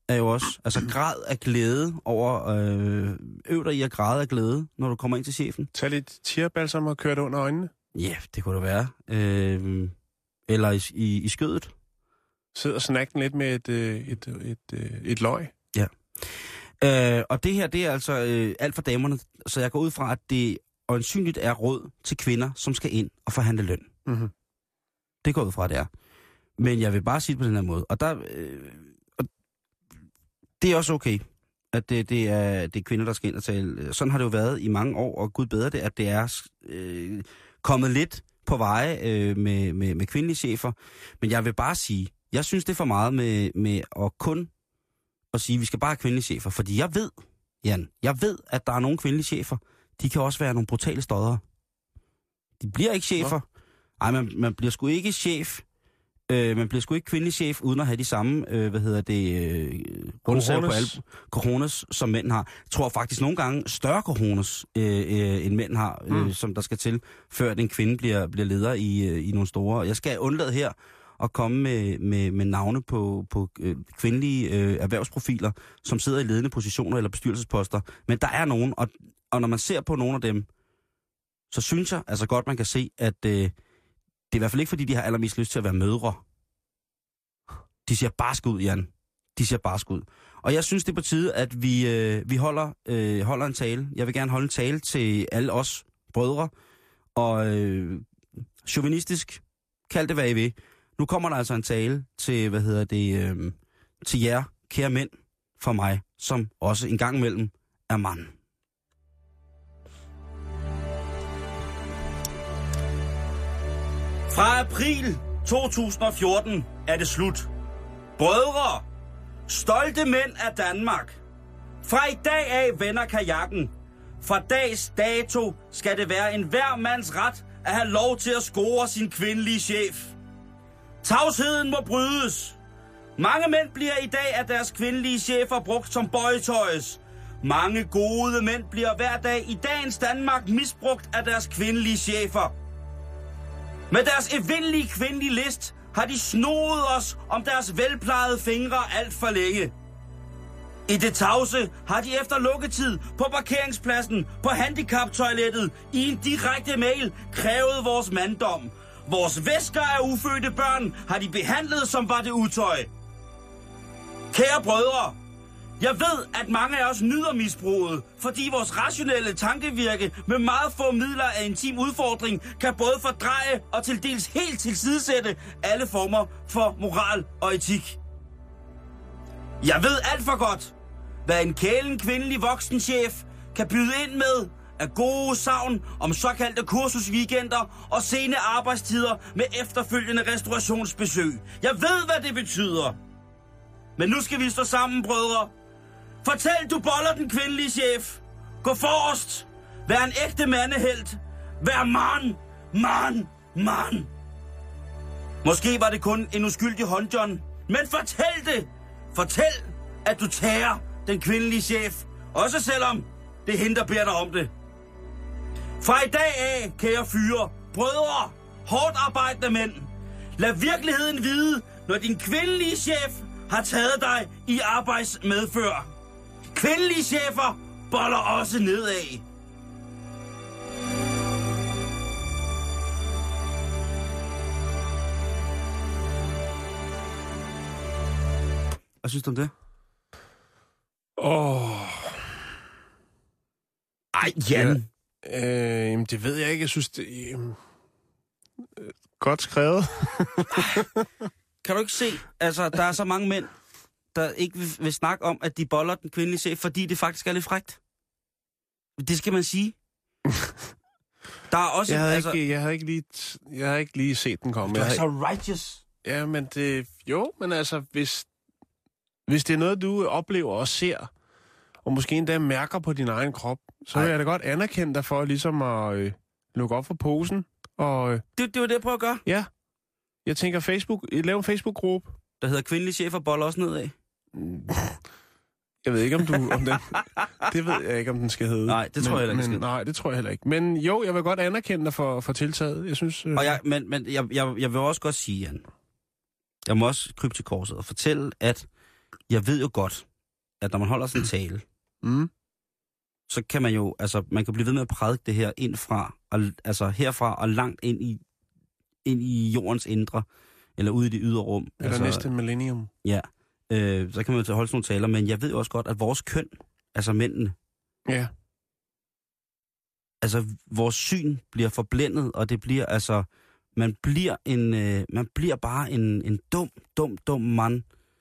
er jo også, altså grad af glæde over, øv dig i at græde af glæde, når du kommer ind til chefen. Tag lidt tierbalsam og kør det under øjnene. Ja, det kunne det være. Eller i skødet. Sid og snakke den lidt med et løg. Ja. Og det her, det er altså alt for damerne, så jeg går ud fra, at det øjensynligt er råd til kvinder, som skal ind og forhandle løn. Mm-hmm. Det går ud fra, det er. Men jeg vil bare sige det på den her måde. Og der, og det er også okay, at det er kvinder, der skal ind og tale. Sådan har det jo været i mange år, og gud bedre det, at det er kommet lidt på veje med kvindelige chefer. Men jeg vil bare sige, jeg synes det er for meget med at kun at sige, at vi skal bare have kvindelige chefer. Fordi jeg ved, Jan, at der er nogle kvindelige chefer, de kan også være nogle brutale stoddere. De bliver ikke chefer. Nej, man bliver sgu ikke chef. Man bliver sgu ikke kvindelig chef, uden at have de samme, grundsager på alle coronas, som mænd har. Jeg tror faktisk nogle gange større coronas, end mænd har, som der skal til, før at en kvinde bliver leder i nogle store. Jeg skal undlade her at komme med navne på kvindelige erhvervsprofiler, som sidder i ledende positioner eller bestyrelsesposter. Men der er nogen, og når man ser på nogle af dem, så synes jeg altså godt, man kan se, at det er i hvert fald ikke, fordi de har allermest lyst til at være mødre. De siger barsk ud, Jan. De siger barsk ud. Og jeg synes, det er på tide, at vi holder en tale. Jeg vil gerne holde en tale til alle os brødre. Og chauvinistisk, kald det hvad I vil. Nu kommer der altså en tale til, til jer, kære mænd, for mig, som også en gang imellem er mand. Fra april 2014 er det slut. Brødre, stolte mænd af Danmark. Fra i dag af vender kajakken. Fra dags dato skal det være en hver mands ret at have lov til at score sin kvindelige chef. Tavsheden må brydes. Mange mænd bliver i dag af deres kvindelige chefer brugt som boytoys. Mange gode mænd bliver hver dag i dagens Danmark misbrugt af deres kvindelige chefer. Med deres evindelige kvindelige list har de snoet os om deres velplejede fingre alt for længe. I det tavse har de efter lukketid på parkeringspladsen, på handicaptoilettet, i en direkte mail krævet vores manddom. Vores væsker af ufødte børn har de behandlet som var det utøj. Kære brødre, jeg ved, at mange af os nyder misbruget, fordi vores rationelle tankevirke med meget få midler af intim udfordring kan både fordreje og til dels helt tilsidesætte alle former for moral og etik. Jeg ved alt for godt, hvad en kælen kvindelig voksenchef kan byde ind med af gode savn om såkaldte kursusweekender og sene arbejdstider med efterfølgende restaurationsbesøg. Jeg ved, hvad det betyder. Men nu skal vi stå sammen, brødre. Fortæl, du boller den kvindelige chef. Gå forrest. Vær en ægte mandehelt. Vær mand. Måske var det kun en uskyldig håndjohn. Men fortæl det. Fortæl, at du tager den kvindelige chef. Også selvom det hende, der beder dig om det. Fra i dag af, kære fyre, brødre, hårdt arbejdende mænd. Lad virkeligheden vide, når din kvindelige chef har taget dig i arbejdsmedfør. Kvindelige chefer boller også nedad. Hvad synes du om det? Ej, Jan. Jamen, det ved jeg ikke. Jeg synes, det er godt skrevet. Kan du ikke se, altså, der er så mange mænd, der ikke vil snakke om, at de boller den kvindelige chef, fordi det faktisk er lidt frækt. Det skal man sige. Der er også... Jeg havde ikke lige set den komme. Du er så righteous. Ja, men det... Jo, men altså, hvis det er noget, du oplever og ser, og måske endda mærker på din egen krop, så vil jeg da godt anerkende dig for ligesom at lukke op for posen. Og, det var det, jeg prøver at gøre. Ja. Jeg tænker, lav en Facebook-gruppe. Der hedder kvindelige chefer boller også nedad. Jeg ved ikke, om den... Det ved jeg ikke, om den skal hedde. Nej, det tror jeg heller ikke. Nej, det tror jeg heller ikke. Men jo, jeg vil godt anerkende dig for tiltaget. Jeg synes... Og jeg vil også godt sige, Jan, jeg må også krybe til korset og fortælle, at jeg ved jo godt, at når man holder sådan en tale, så kan man jo, altså, man kan blive ved med at prædike det her altså herfra og langt ind i jordens indre, eller ude i det ydre rum. Eller altså, næste millennium. Ja, så kan man jo til at holde sådan nogle taler, men jeg ved jo også godt, at vores køn, altså mændene, ja. Altså, vores syn bliver forblændet, og det bliver, altså, man bliver bare en dum mand,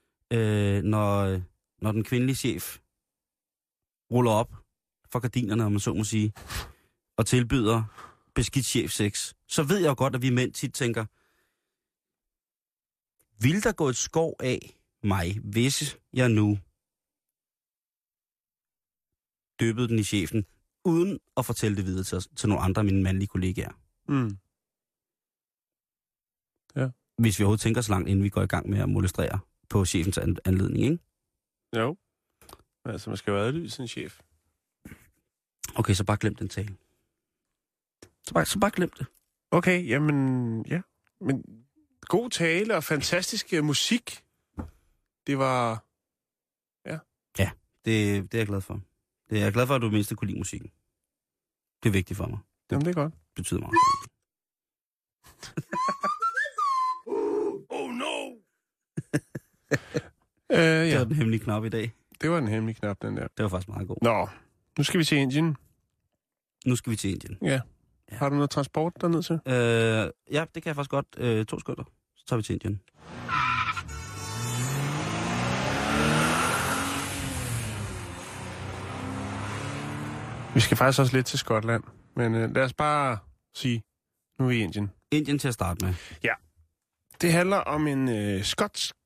når den kvindelige chef ruller op for gardinerne, om man så må sige, og tilbyder beskidt chefsex. Så ved jeg jo godt, at vi mænd tit tænker, vil der gå et skov af mig, hvis jeg nu dyppede den i chefen, uden at fortælle det videre til nogle andre af mine mandlige kollegaer. Ja. Hvis vi overhovedet tænker så langt, inden vi går i gang med at molestrere på chefens anledning, ikke? Jo. Altså, man skal jo adlyse en chef. Okay, så bare glem den tale. Så bare glem det. Okay, jamen, ja. Men god tale og fantastisk musik. Det var... Ja. Ja, det er jeg glad for. Jeg er glad for, at du mindst kunne lide musikken. Det er vigtigt for mig. Jamen, det er godt. Det betyder meget. Oh no! Det Ja. var den hemmelige knap i dag. Det var en hemmelig knap, den der. Det var faktisk meget god. Nå, nu skal vi til Indien. Nu skal vi til Indien. Ja. Har du noget transport derned til? Ja, det kan jeg faktisk godt. 2 sekunder. Så tager vi til Indien. Vi skal faktisk også lidt til Skotland. Men lad os bare sige, nu er vi i Indien. Indien til at starte med. Ja. Det handler om en skotsk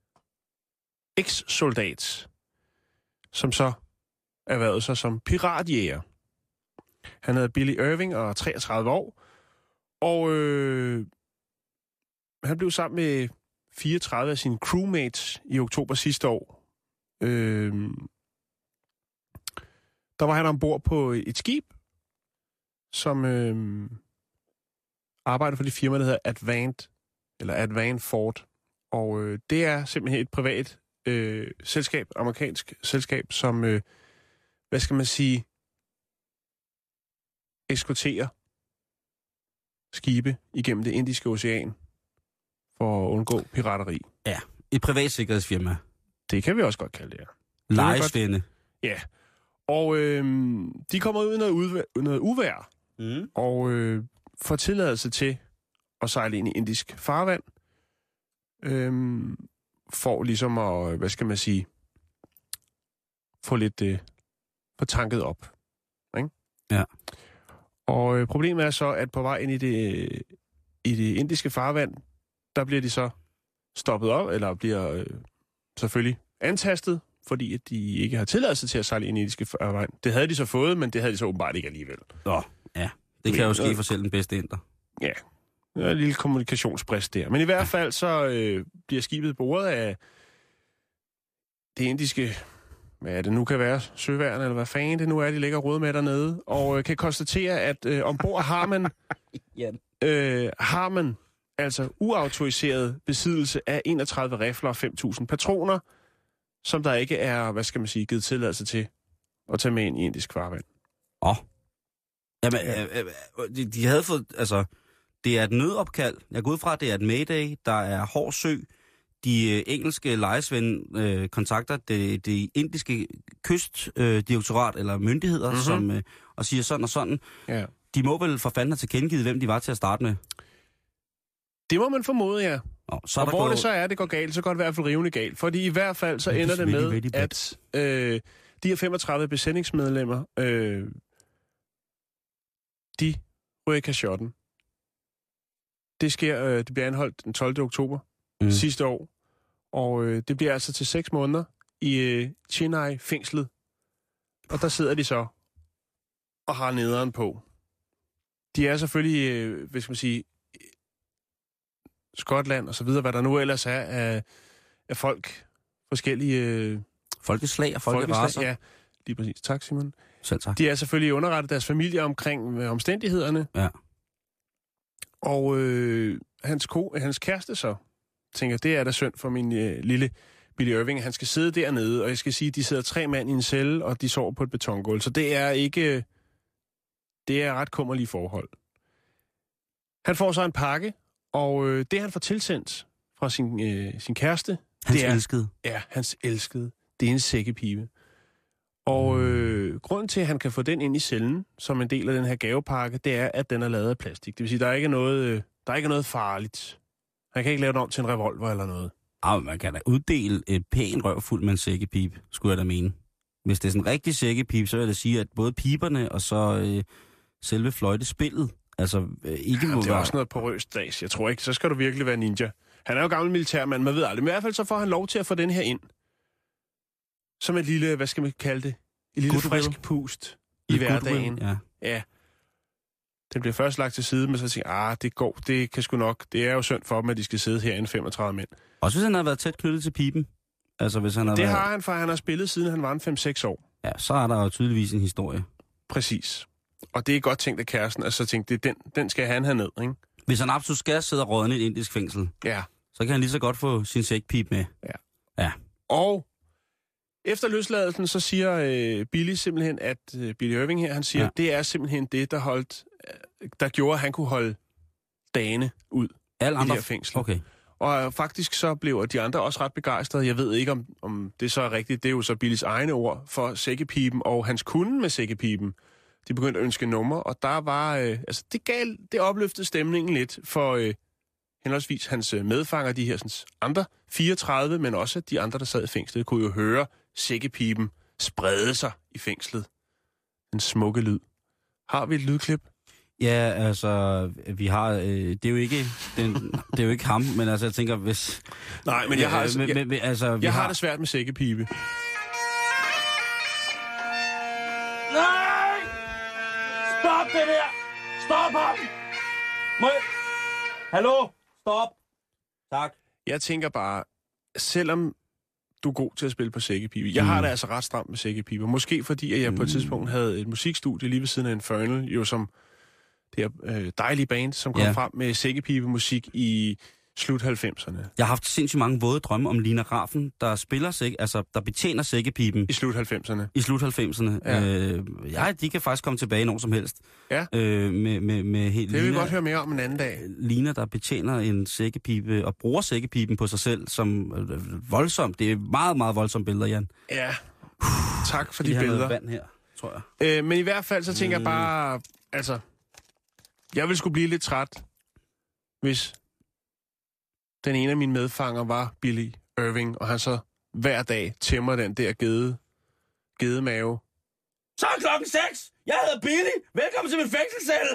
eks-soldat, som så erhvervede sig som piratjæger. Han hedder Billy Irving og er 33 år. Og han blev sammen med 34 af sine crewmates i oktober sidste år. Der var han ombord på et skib, som arbejder for det firma, der hedder Advant Ford. Og det er simpelthen et privat selskab, amerikansk selskab, som, hvad skal man sige, eskorterer skibe igennem det Indiske Ocean for at undgå pirateri. Ja, et privat sikkerhedsfirma. Det kan vi også godt kalde det, ja. Lejesvende. Ja. Og de kommer ud i noget uvejr, og får tilladelse til at sejle ind i indisk farvand, for ligesom at, hvad skal man sige, få lidt få tanket op. Ikke? Ja. Og problemet er så, at på vej ind i det indiske farvand, der bliver de så stoppet op, eller bliver selvfølgelig antastet, fordi at de ikke har tilladelse til at sejle ind i indiske farvand. Det havde de så fået, men det havde de så åbenbart ikke alligevel. Ja. Det kan jo ske for selv den bedste inder. Ja, der er en lille kommunikationsbrist der. Men i hvert fald så bliver skibet bordet af det indiske, hvad det nu kan være, søværn, eller hvad fanden det nu er, de ligger og roder med dernede, og kan konstatere, at ombord har man altså uautoriseret besiddelse af 31 rifler og 5.000 patroner, som der ikke er, hvad skal man sige, givet tilladelse til at tage med ind i indisk farvand. Jamen, de havde fået, altså, det er et nødopkald. Jeg går ud fra, at det er et mayday, der er hård sø. De engelske lejesvende kontakter det indiske kystdirektorat eller myndigheder, som og siger sådan og sådan. Ja. De må vel for fanden have tilkendegivet, hvem de var til at starte med. Det må man formode, ja. Så og hvor det så er, det går galt, så går det i hvert fald rivende galt. Fordi i hvert fald så ender det med, at de her 35 besætningsmedlemmer, de ryger i kashotten. Det sker, det bliver anholdt den 12. oktober sidste år. Og det bliver altså til 6 måneder i Chennai-fængslet. Og der sidder de så og har nederen på. De er selvfølgelig, hvad skal man sige, Skotland og så videre, hvad der nu ellers er af folk, forskellige folkeslag og folkeracer. Ja, lige præcis. Tak, Simon. Selv tak. De er selvfølgelig underrettet deres familie omkring omstændighederne. Ja. Og hans kæreste så tænker, det er da synd for min lille Billy Irving, han skal sidde dernede, og jeg skal sige, at de sidder 3 mand i en celle, og de sover på et betongulv. Så det er ikke... Det er ret kummerlige forhold. Han får så en pakke, og det han får tilsendt fra sin kæreste... Hans elskede. Ja, hans elskede. Det er en sækkepibe. Og grunden til, at han kan få den ind i cellen, som en del af den her gavepakke, det er, at den er lavet af plastik. Det vil sige, der er ikke noget farligt. Han kan ikke lave den om til en revolver eller noget. Man kan da uddele et pænt røvfuld med en sækkepip, skulle jeg da mene. Hvis det er sådan en rigtig sækkepip, så vil jeg da sige, at både piberne og så selve fløjtespillet, altså ikke må det er være... også noget porøst dags. Jeg tror ikke, så skal du virkelig være ninja. Han er jo gammel militærmand, man ved aldrig. Men i hvert fald så får han lov til at få den her ind. Som et lille, hvad skal man kalde det? Et lille frisk pust i hverdagen. Ja. Den bliver først lagt til side, men så tænker det kan sgu nok. Det er jo synd for dem, at de skal sidde herinde 35 mænd. Også hvis han har været tæt knyttet til piben. Altså, hvis han har har han, for han har spillet, siden han var en 5-6 år. Ja, så er der jo tydeligvis en historie. Præcis. Og det er godt tænkt af kæresten, at så tænkte, den skal han have ned, ikke? Hvis han absolut skal sidde og rådne i et indisk fængsel, så kan han lige så godt få sin sækpip med. Ja. Og efter løsladelsen, så siger Billy simpelthen, at Billy Irving her, han siger, det er simpelthen det, der gjorde, at han kunne holde dagene ud i det her fængsel. Okay. Og faktisk så blev de andre også ret begejstrede. Jeg ved ikke, om det så er rigtigt. Det er jo så Billys egne ord for sækkepipen og hans kunde med sækkepipen. De begyndte at ønske nummer, og der var... det opløftede stemningen lidt for henholdsvis hans medfanger, de her sådan, andre 34, men også de andre, der sad i fængslet, kunne jo høre sækkepipen sprede sig i fængslet. En smukke lyd. Har vi et lydklip? Ja, altså, vi har... det er jo ikke ham, men altså, jeg tænker, hvis... Nej, men jeg har jeg har det svært med sækkepipe. Nej! Stop det der! Stop ham! Hallo? Stop! Tak. Jeg tænker bare, selvom du er god til at spille på sækkepipe, jeg har det altså ret stramt med sækkepipe. Måske fordi, at jeg på et tidspunkt havde et musikstudie lige ved siden af Infernal, jo som det her dejlige band, som kom frem med sækkepipe-musik i slut 90'erne. Jeg har haft sindssygt mange våde drømme om Lina Raffen, der betjener sækkepipen. I slut 90'erne. I slut 90'erne. Ja. De kan faktisk komme tilbage når som helst. Ja. Med helt det vil vi godt høre mere om en anden dag. Lina, der betjener en sækkepipe og bruger sækkepipen på sig selv som voldsomt. Det er meget, meget voldsomme billeder, Jan. Ja. Tak for de billeder. Vand her, tror jeg. Men i hvert fald så tænker jeg bare, altså, jeg vil sgu blive lidt træt, hvis den ene af mine medfanger var Billy Irving, og han så hver dag tæmmer den der gedemave. Så er klokken 6! Jeg hedder Billy! Velkommen til min fængselscelle!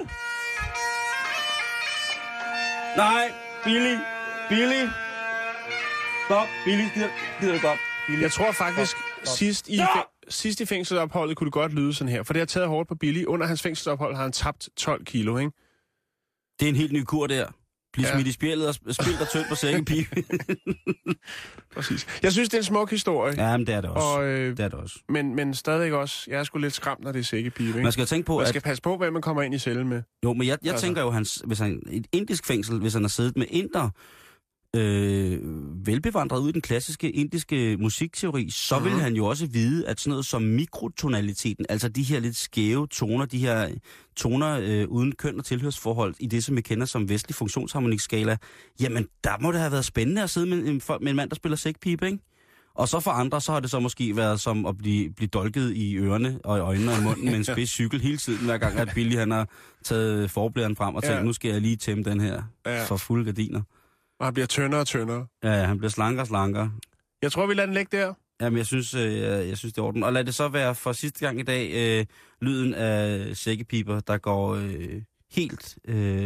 Nej, Billy! Stop, Billy, gider du godt? Billy. Jeg tror faktisk, sidst i fængselsopholdet kunne det godt lyde sådan her, for det har taget hårdt på Billy. Under hans fængselsophold har han tabt 12 kilo, ikke? Det er en helt ny kur der. Bliv smidt i spjældet og spil dig tyndt på sækkepipe. Præcis. Jeg synes, det er en smuk historie. Ja, men det er det også. Og, det er det også. Men stadigvæk også, jeg er sgu lidt skræmt, når det er sækkepipe, ikke? Man skal tænke på, man skal passe på, hvem man kommer ind i cellen med. Jo, men jeg tænker jo, hvis han et indisk fængsel, hvis han har siddet med inder, velbevandret ud i den klassiske indiske musikteori, så vil han jo også vide, at sådan noget som mikrotonaliteten, altså de her lidt skæve toner, de her toner uden køn og tilhørsforhold i det, som vi kender som vestlig funktionsharmonikskala, jamen der må det have været spændende at sidde med en mand, der spiller sækpipe, ikke? Og så for andre, så har det så måske været som at blive dolket i ørerne og i øjnene og i munden med en spids cykel hele tiden, hver gang at Billy han har taget forblæren frem og tænkt, nu skal jeg lige tæmme den her for fulde gardiner. Og han bliver tyndere og tyndere. Ja, han bliver slankere og slankere. Jeg tror, vi lader den ligge der. Jamen, jeg synes, det er orden. Og lad det så være for sidste gang i dag lyden af sækkepiber, der går helt...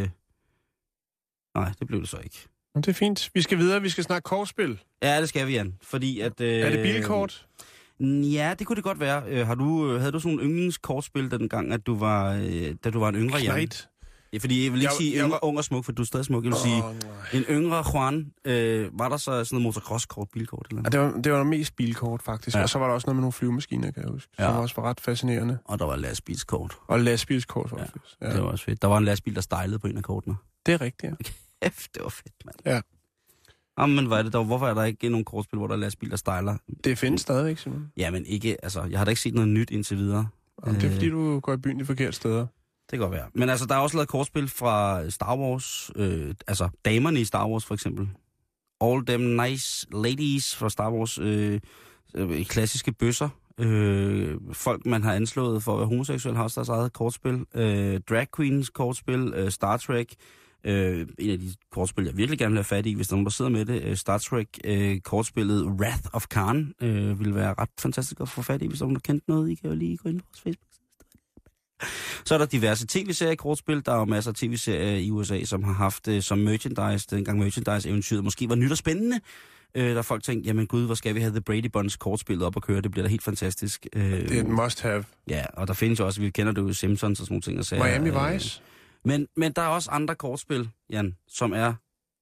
Nej, det blev det så ikke. Men det er fint. Vi skal videre. Vi skal snakke kortspil. Ja, det skal vi, Jan. Fordi at... er det bilkort? Ja, det kunne det godt være. Havde du sådan nogle yndlingskortspil dengang, at da du var en yngre Jan? Knægt. Ja, fordi jeg vil ikke sige ung og smuk, for du er stadig smuk. Jeg vil sige, en yngre Juan, var der så sådan noget motocross-kort, bilkort? Eller ja, det var mest bilkort, faktisk. Ja. Og så var der også noget med nogle flyvemaskiner, kan jeg huske. Som også var ret fascinerende. Og der var lastbilskort. Og lastbilskort, faktisk. Ja. Det var også fedt. Der var en lastbil, der stejlede på en af kortene. Det er rigtigt, ja. Kæft, det var fedt, mand. Ja. Men hvad er det dog? Hvorfor er der ikke nogen kortspil, hvor der er lastbil, der stejler? Det findes stadigvæk, Simon. Ja, men ikke, altså, jeg har da ikke set noget nyt indtil videre. Det er fordi, du går i byen de forkerte steder. Det kan godt være. Men altså, der er også lavet kortspil fra Star Wars, altså damerne i Star Wars for eksempel. All Them Nice Ladies fra Star Wars, klassiske bøsser. Folk, man har anslået for at være homoseksuel, har også deres eget kortspil. Drag Queens kortspil, Star Trek. En af de kortspil, jeg virkelig gerne vil have fat i, hvis der er nogen, der sidder med det. Star Trek kortspillet Wrath of Khan ville være ret fantastisk at få fat i, hvis der er nogen, der kendte noget. I kan jo lige gå ind på vores Facebook. Så er der diverse tv-serier kortspil. Der er jo masser af tv-serier i USA, som har haft som merchandise, dengang merchandise-eventyret måske var nyt og spændende. Der folk tænkte, jamen gud, hvor skal vi have The Brady Bunch kortspillet op at køre? Det bliver da helt fantastisk. Det er et must-have. Ja, og der findes jo også, vi kender det jo Simpsons og sådan nogle ting. Og sager, Miami Vice. Men der er også andre kortspil, Jan, som er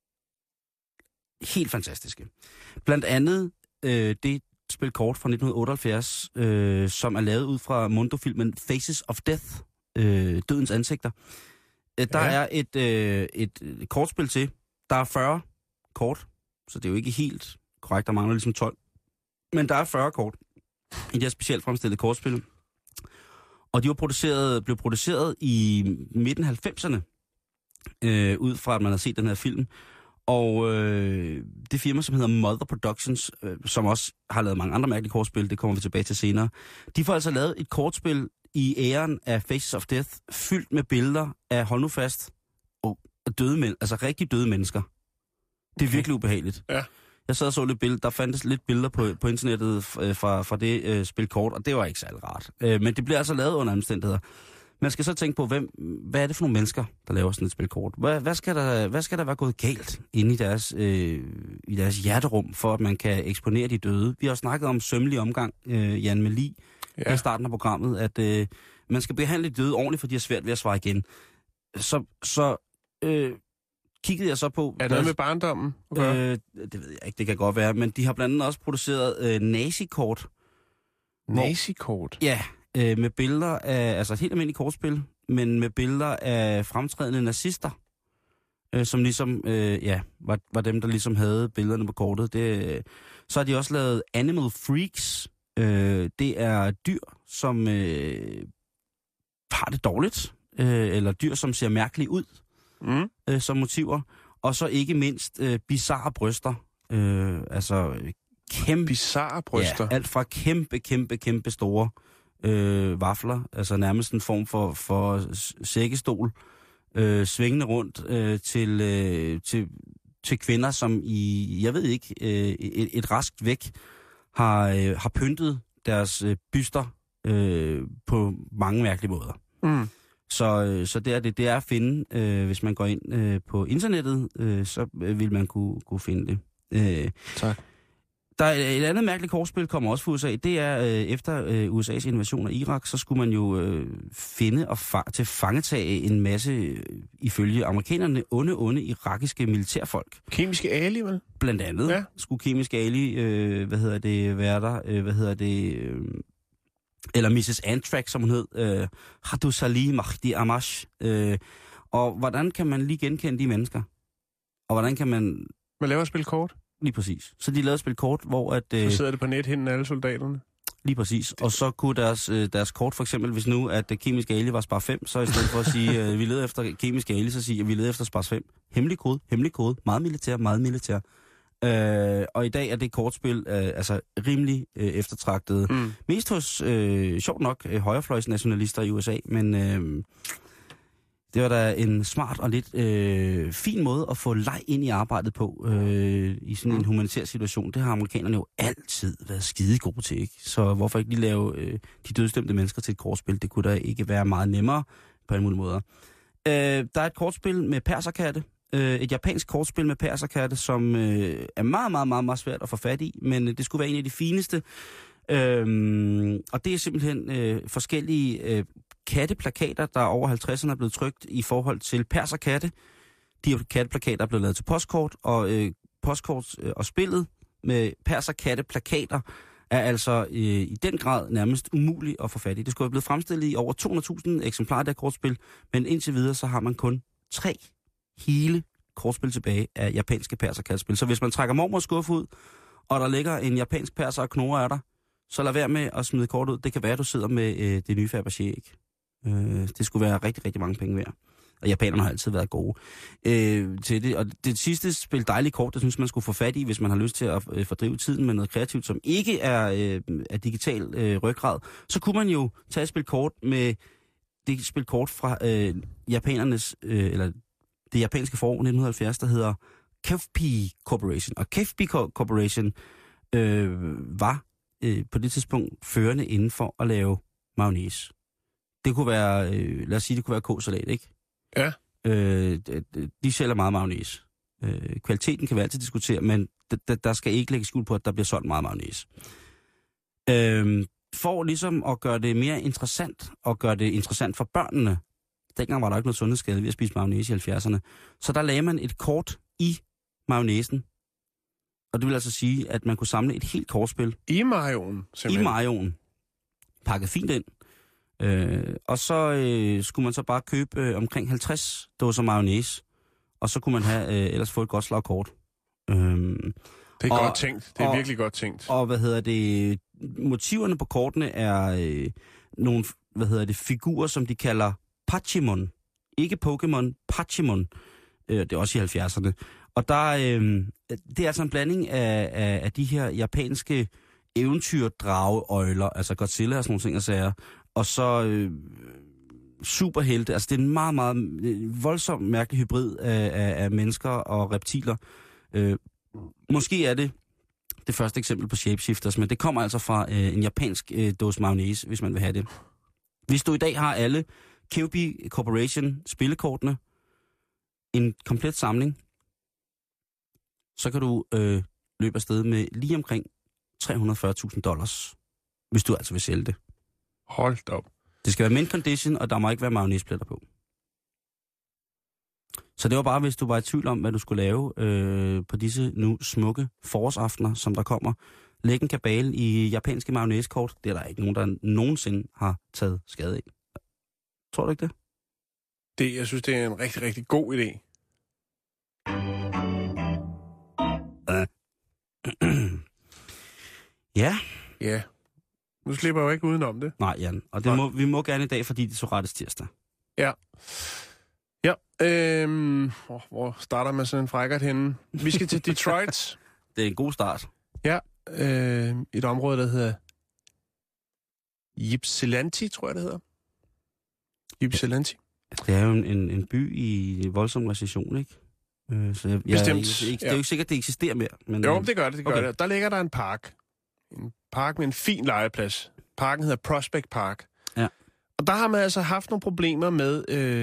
helt fantastiske. Blandt andet det spil kort fra 1978, som er lavet ud fra Mondo-filmen Faces of Death, Dødens ansigter. Der er et kortspil til. Der er 40 kort, så det er jo ikke helt korrekt, der mangler ligesom 12. Men der er 40 kort i det her specielt fremstillede kortspil. Og de blev produceret i midten af 90'erne, ud fra at man har set den her film. Og det firma, som hedder Mother Productions, som også har lavet mange andre mærkelige kortspil, det kommer vi tilbage til senere, de får altså lavet et kortspil i æren af Faces of Death, fyldt med billeder af, hold nu fast, døde mænd, altså rigtig døde mennesker. Det er virkelig ubehageligt. Ja. Jeg sad og så lidt billeder, der fandtes lidt billeder på internettet fra det spil kort, og det var ikke særlig rart. Men det bliver altså lavet under omstændigheder. Man skal så tænke på, hvad er det for nogle mennesker, der laver sådan et spil kort? Hvad skal der være gået galt inde i deres hjerterum, for at man kan eksponere de døde? Vi har snakket om sømmelig omgang, Jan, med lig i starten af programmet, at man skal behandle de døde ordentligt, for de har svært ved at svare igen. Så kiggede jeg så på... Er det med barndommen? Det ved jeg ikke, det kan godt være, men de har blandt andet også produceret nazikort. Nazikort? Ja, med billeder af, altså et helt almindeligt kortspil, men med billeder af fremtrædende nazister, som ligesom, var dem, der ligesom havde billederne på kortet. Så har de også lavet Animal Freaks. Det er dyr, som har det dårligt, eller dyr, som ser mærkeligt ud, som motiver. Og så ikke mindst bizarre bryster. Altså kæmpe... Bizarre bryster? Ja, alt fra kæmpe store vafler, altså nærmest en form for sækkestol, svingende rundt til kvinder, som jeg ved ikke, et raskt væk har pyntet deres byster på mange mærkelige måder. Så det er at finde, hvis man går ind på internettet, så vil man kunne finde det. Tak. Der er et andet mærkeligt kortspil, kommer også fra USA. Det er, efter USA's invasion af Irak, så skulle man jo finde og fangetage en masse, ifølge amerikanerne, onde irakiske militærfolk. Kemiske Ali, vel? Blandt andet skulle kemiske Ali, være der, eller Mrs. Anthrax, som hun hed, Hadu Salih Mahdi Amash. Og hvordan kan man lige genkende de mennesker? Og hvordan kan man... Man laver et spil kort? Lige præcis. Så de lavede et spil kort, hvor at... Så sidder det på nethinden alle soldaterne? Lige præcis. Og så kunne deres kort, for eksempel, hvis nu, at kemisk ali var spar 5, så i stedet for at sige, vi leder efter kemisk ali, så siger vi leder efter spar 5. Hemmelig kode, meget militær. Og i dag er det kortspil altså rimelig eftertragtet. Mest hos, sjovt nok, højrefløjsnationalister i USA, men det var da en smart og lidt fin måde at få leg ind i arbejdet på i sådan en humanitær situation. Det har amerikanerne jo altid været skide gode til, ikke? Så hvorfor ikke lige lave de dødsdømte mennesker til et kortspil? Det kunne da ikke være meget nemmere på en mulig måde. Der er et kortspil med perserkatte. Et japansk kortspil med perserkatte, som er meget svært at få fat i, men det skulle være en af de fineste. Og det er simpelthen forskellige katteplakater, der over 50'erne er blevet trykt i forhold til perserkatte. De her katteplakater er blevet lavet til postkort, og og spillet med perserkatteplakater er altså i den grad nærmest umuligt at få fat i. Det skulle have blevet fremstillet i over 200.000 eksemplarer af kortspil, men indtil videre så har man kun 3 hele kortspil tilbage af japanske perserkastspil. Så hvis man trækker mormors skuffe ud, og der ligger en japansk perser og knurrer af dig, så lad være med at smide kort ud. Det kan være, at du sidder med det nye Fabergé-æg. Det skulle være rigtig, rigtig mange penge værd. Og japanerne har altid været gode til det. Og det sidste spil dejlige kort, det synes man skulle få fat i, hvis man har lyst til at fordrive tiden med noget kreativt, som ikke er digital ryggrad. Så kunne man jo tage et spil kort med det spil kort fra japanernes, eller det japanske forår 1970, der hedder KFP Corporation. Og KFP Corporation var på det tidspunkt førende inden for at lave mayonnaise. Det kunne være, lad os sige, det kunne være kåsalat, ikke? Ja. De sælger meget mayonnaise. Kvaliteten kan vi altid diskutere, men der skal ikke lægge skuld på, at der bliver solgt meget mayonnaise. For ligesom at gøre det mere interessant, og gøre det interessant for børnene, dengang var der ikke noget sundhedsskade ved at spise mayonnaise i 70'erne, så der lagde man et kort i mayonnaisen. Og det vil altså sige, at man kunne samle et helt kortspil. I majoen, simpelthen. I majoen. Pakket fint ind. Og så skulle man så bare købe omkring 50 dåser mayonnaise, og så kunne man have ellers få et godt slag kort. Det er godt tænkt. Det er virkelig godt tænkt. Og motiverne på kortene er nogle, figurer, som de kalder Pachimon. Ikke Pokémon, Pachimon. Det er også i 70'erne. Og der, det er altså en blanding af de her japanske eventyrdrageøjler, altså Godzilla og sådan nogle ting og sager, og så superhelte. Altså det er en meget, meget voldsom, mærkelig hybrid af mennesker og reptiler. Måske er det første eksempel på shapeshifters, men det kommer altså fra en japansk dåse mayonnaise, hvis man vil have det. Hvis du i dag har alle KFP Corporation spillekortene, en komplet samling, så kan du løbe afsted med lige omkring $340,000, hvis du altså vil sælge det. Hold op. Det skal være mint condition, og der må ikke være mayonnaisepletter på. Så det var bare, hvis du var i tvivl om, hvad du skulle lave på disse nu smukke forårsaftener, som der kommer. Læg en kabale i japanske mayonnaisekort. Det er der ikke nogen, der nogensinde har taget skade af. Tror du ikke det? Jeg synes, det er en rigtig, rigtig god idé. Ja. Ja. Nu slipper jeg jo ikke udenom det. Nej, Jan. Og vi må gerne i dag, fordi det så rettes tirsdag. Ja. Ja. Hvor starter man sådan en frækkert henne? Vi skal til Detroit. Det er en god start. Ja. Et område, der hedder Ypsilanti, tror jeg, det hedder. Ypsilanti. Det er jo en by i voldsom recession, ikke? Så Bestemt. Det er jo ikke sikkert, at det eksisterer mere. Men, jo, det gør det. Der ligger der en park. En park med en fin legeplads. Parken hedder Prospect Park. Ja. Og der har man altså haft nogle problemer med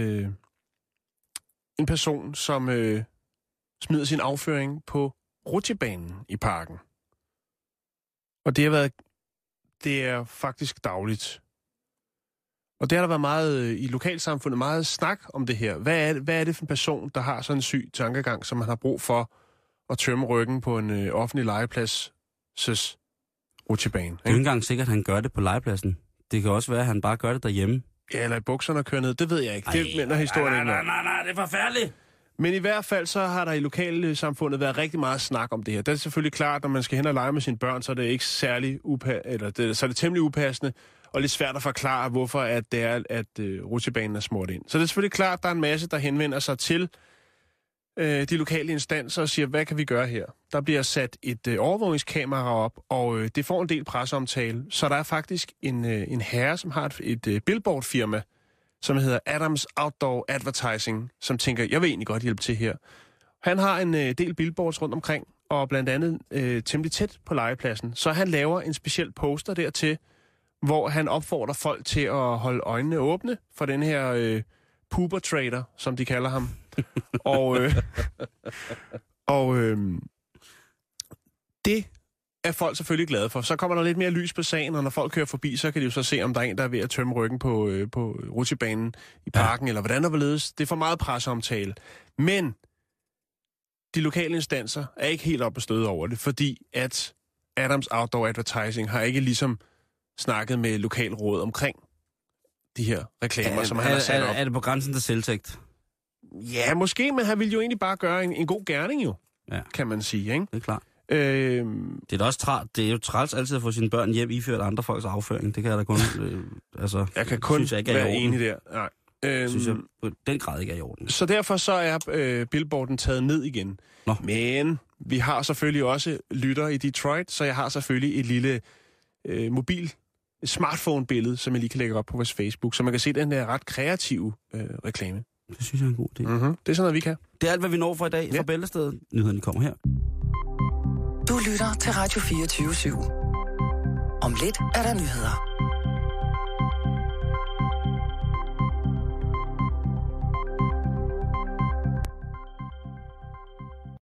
en person, som smider sin afføring på rutsjebanen i parken. Og det er faktisk dagligt. Og det har der været meget i lokalsamfundet, meget snak om det her. Hvad er det for en person, der har sådan en syg tankegang, som man har brug for at tømme ryggen på en offentlig legeplads rutsjebane? Det er ikke engang sikkert, at han gør det på legepladsen. Det kan også være, at han bare gør det derhjemme. Ja, eller i bukserne og kører ned. Det ved jeg ikke. Det mener historien ikke. Nej, det er forfærdeligt. Men i hvert fald så har der i lokalsamfundet været rigtig meget snak om det her. Det er selvfølgelig klart, når man skal hen og lege med sine børn, så er det ikke særlig så er det temmelig upassende og lidt svært at forklare, hvorfor at det er, at rutsjebanen er smurt ind. Så det er selvfølgelig klart, at der er en masse, der henvender sig til de lokale instanser og siger, hvad kan vi gøre her? Der bliver sat et overvågningskamera op, og det får en del presseomtale. Så der er faktisk en herre, som har et billboardfirma, som hedder Adams Outdoor Advertising, som tænker, jeg vil egentlig godt hjælpe til her. Han har en del billboards rundt omkring, og blandt andet temmelig tæt på legepladsen. Så han laver en speciel poster dertil, hvor han opfordrer folk til at holde øjnene åbne for den her pooper trader, som de kalder ham. Det er folk selvfølgelig glade for. Så kommer der lidt mere lys på sagen, og når folk kører forbi, så kan de jo så se, om der er en, der er ved at tømme ryggen på rutsjebanen i parken, eller hvordan der vil ledes. Det er for meget presseomtale. Men de lokale instanser er ikke helt oppe at støde over det, fordi at Adams Outdoor Advertising har ikke ligesom snakket med lokalråd omkring de her reklamer, som han har sat op. Er det på grænsen til selvtægt? Ja, måske, men han ville jo egentlig bare gøre en god gerning jo, kan man sige, ikke? Det er klart. Det er da også det er jo træls altid at få sine børn hjem iført andre folks afføring. Det kan jeg da kun... jeg kan kun være enig der. Nej. Synes jeg på den grad ikke er i orden. Så derfor så er billboarden taget ned igen. Nå. Men vi har selvfølgelig også lytter i Detroit, så jeg har selvfølgelig et lille smartphone-billede, som jeg lige kan lægge op på vores Facebook, så man kan se den der ret kreative reklame. Det synes jeg er en god idé. Mm-hmm. Det er sådan noget, vi kan. Det er alt, hvad vi når for i dag fra Bæltestedet. Nyhederne kommer her. Du lytter til Radio 24/7. Om lidt er der nyheder.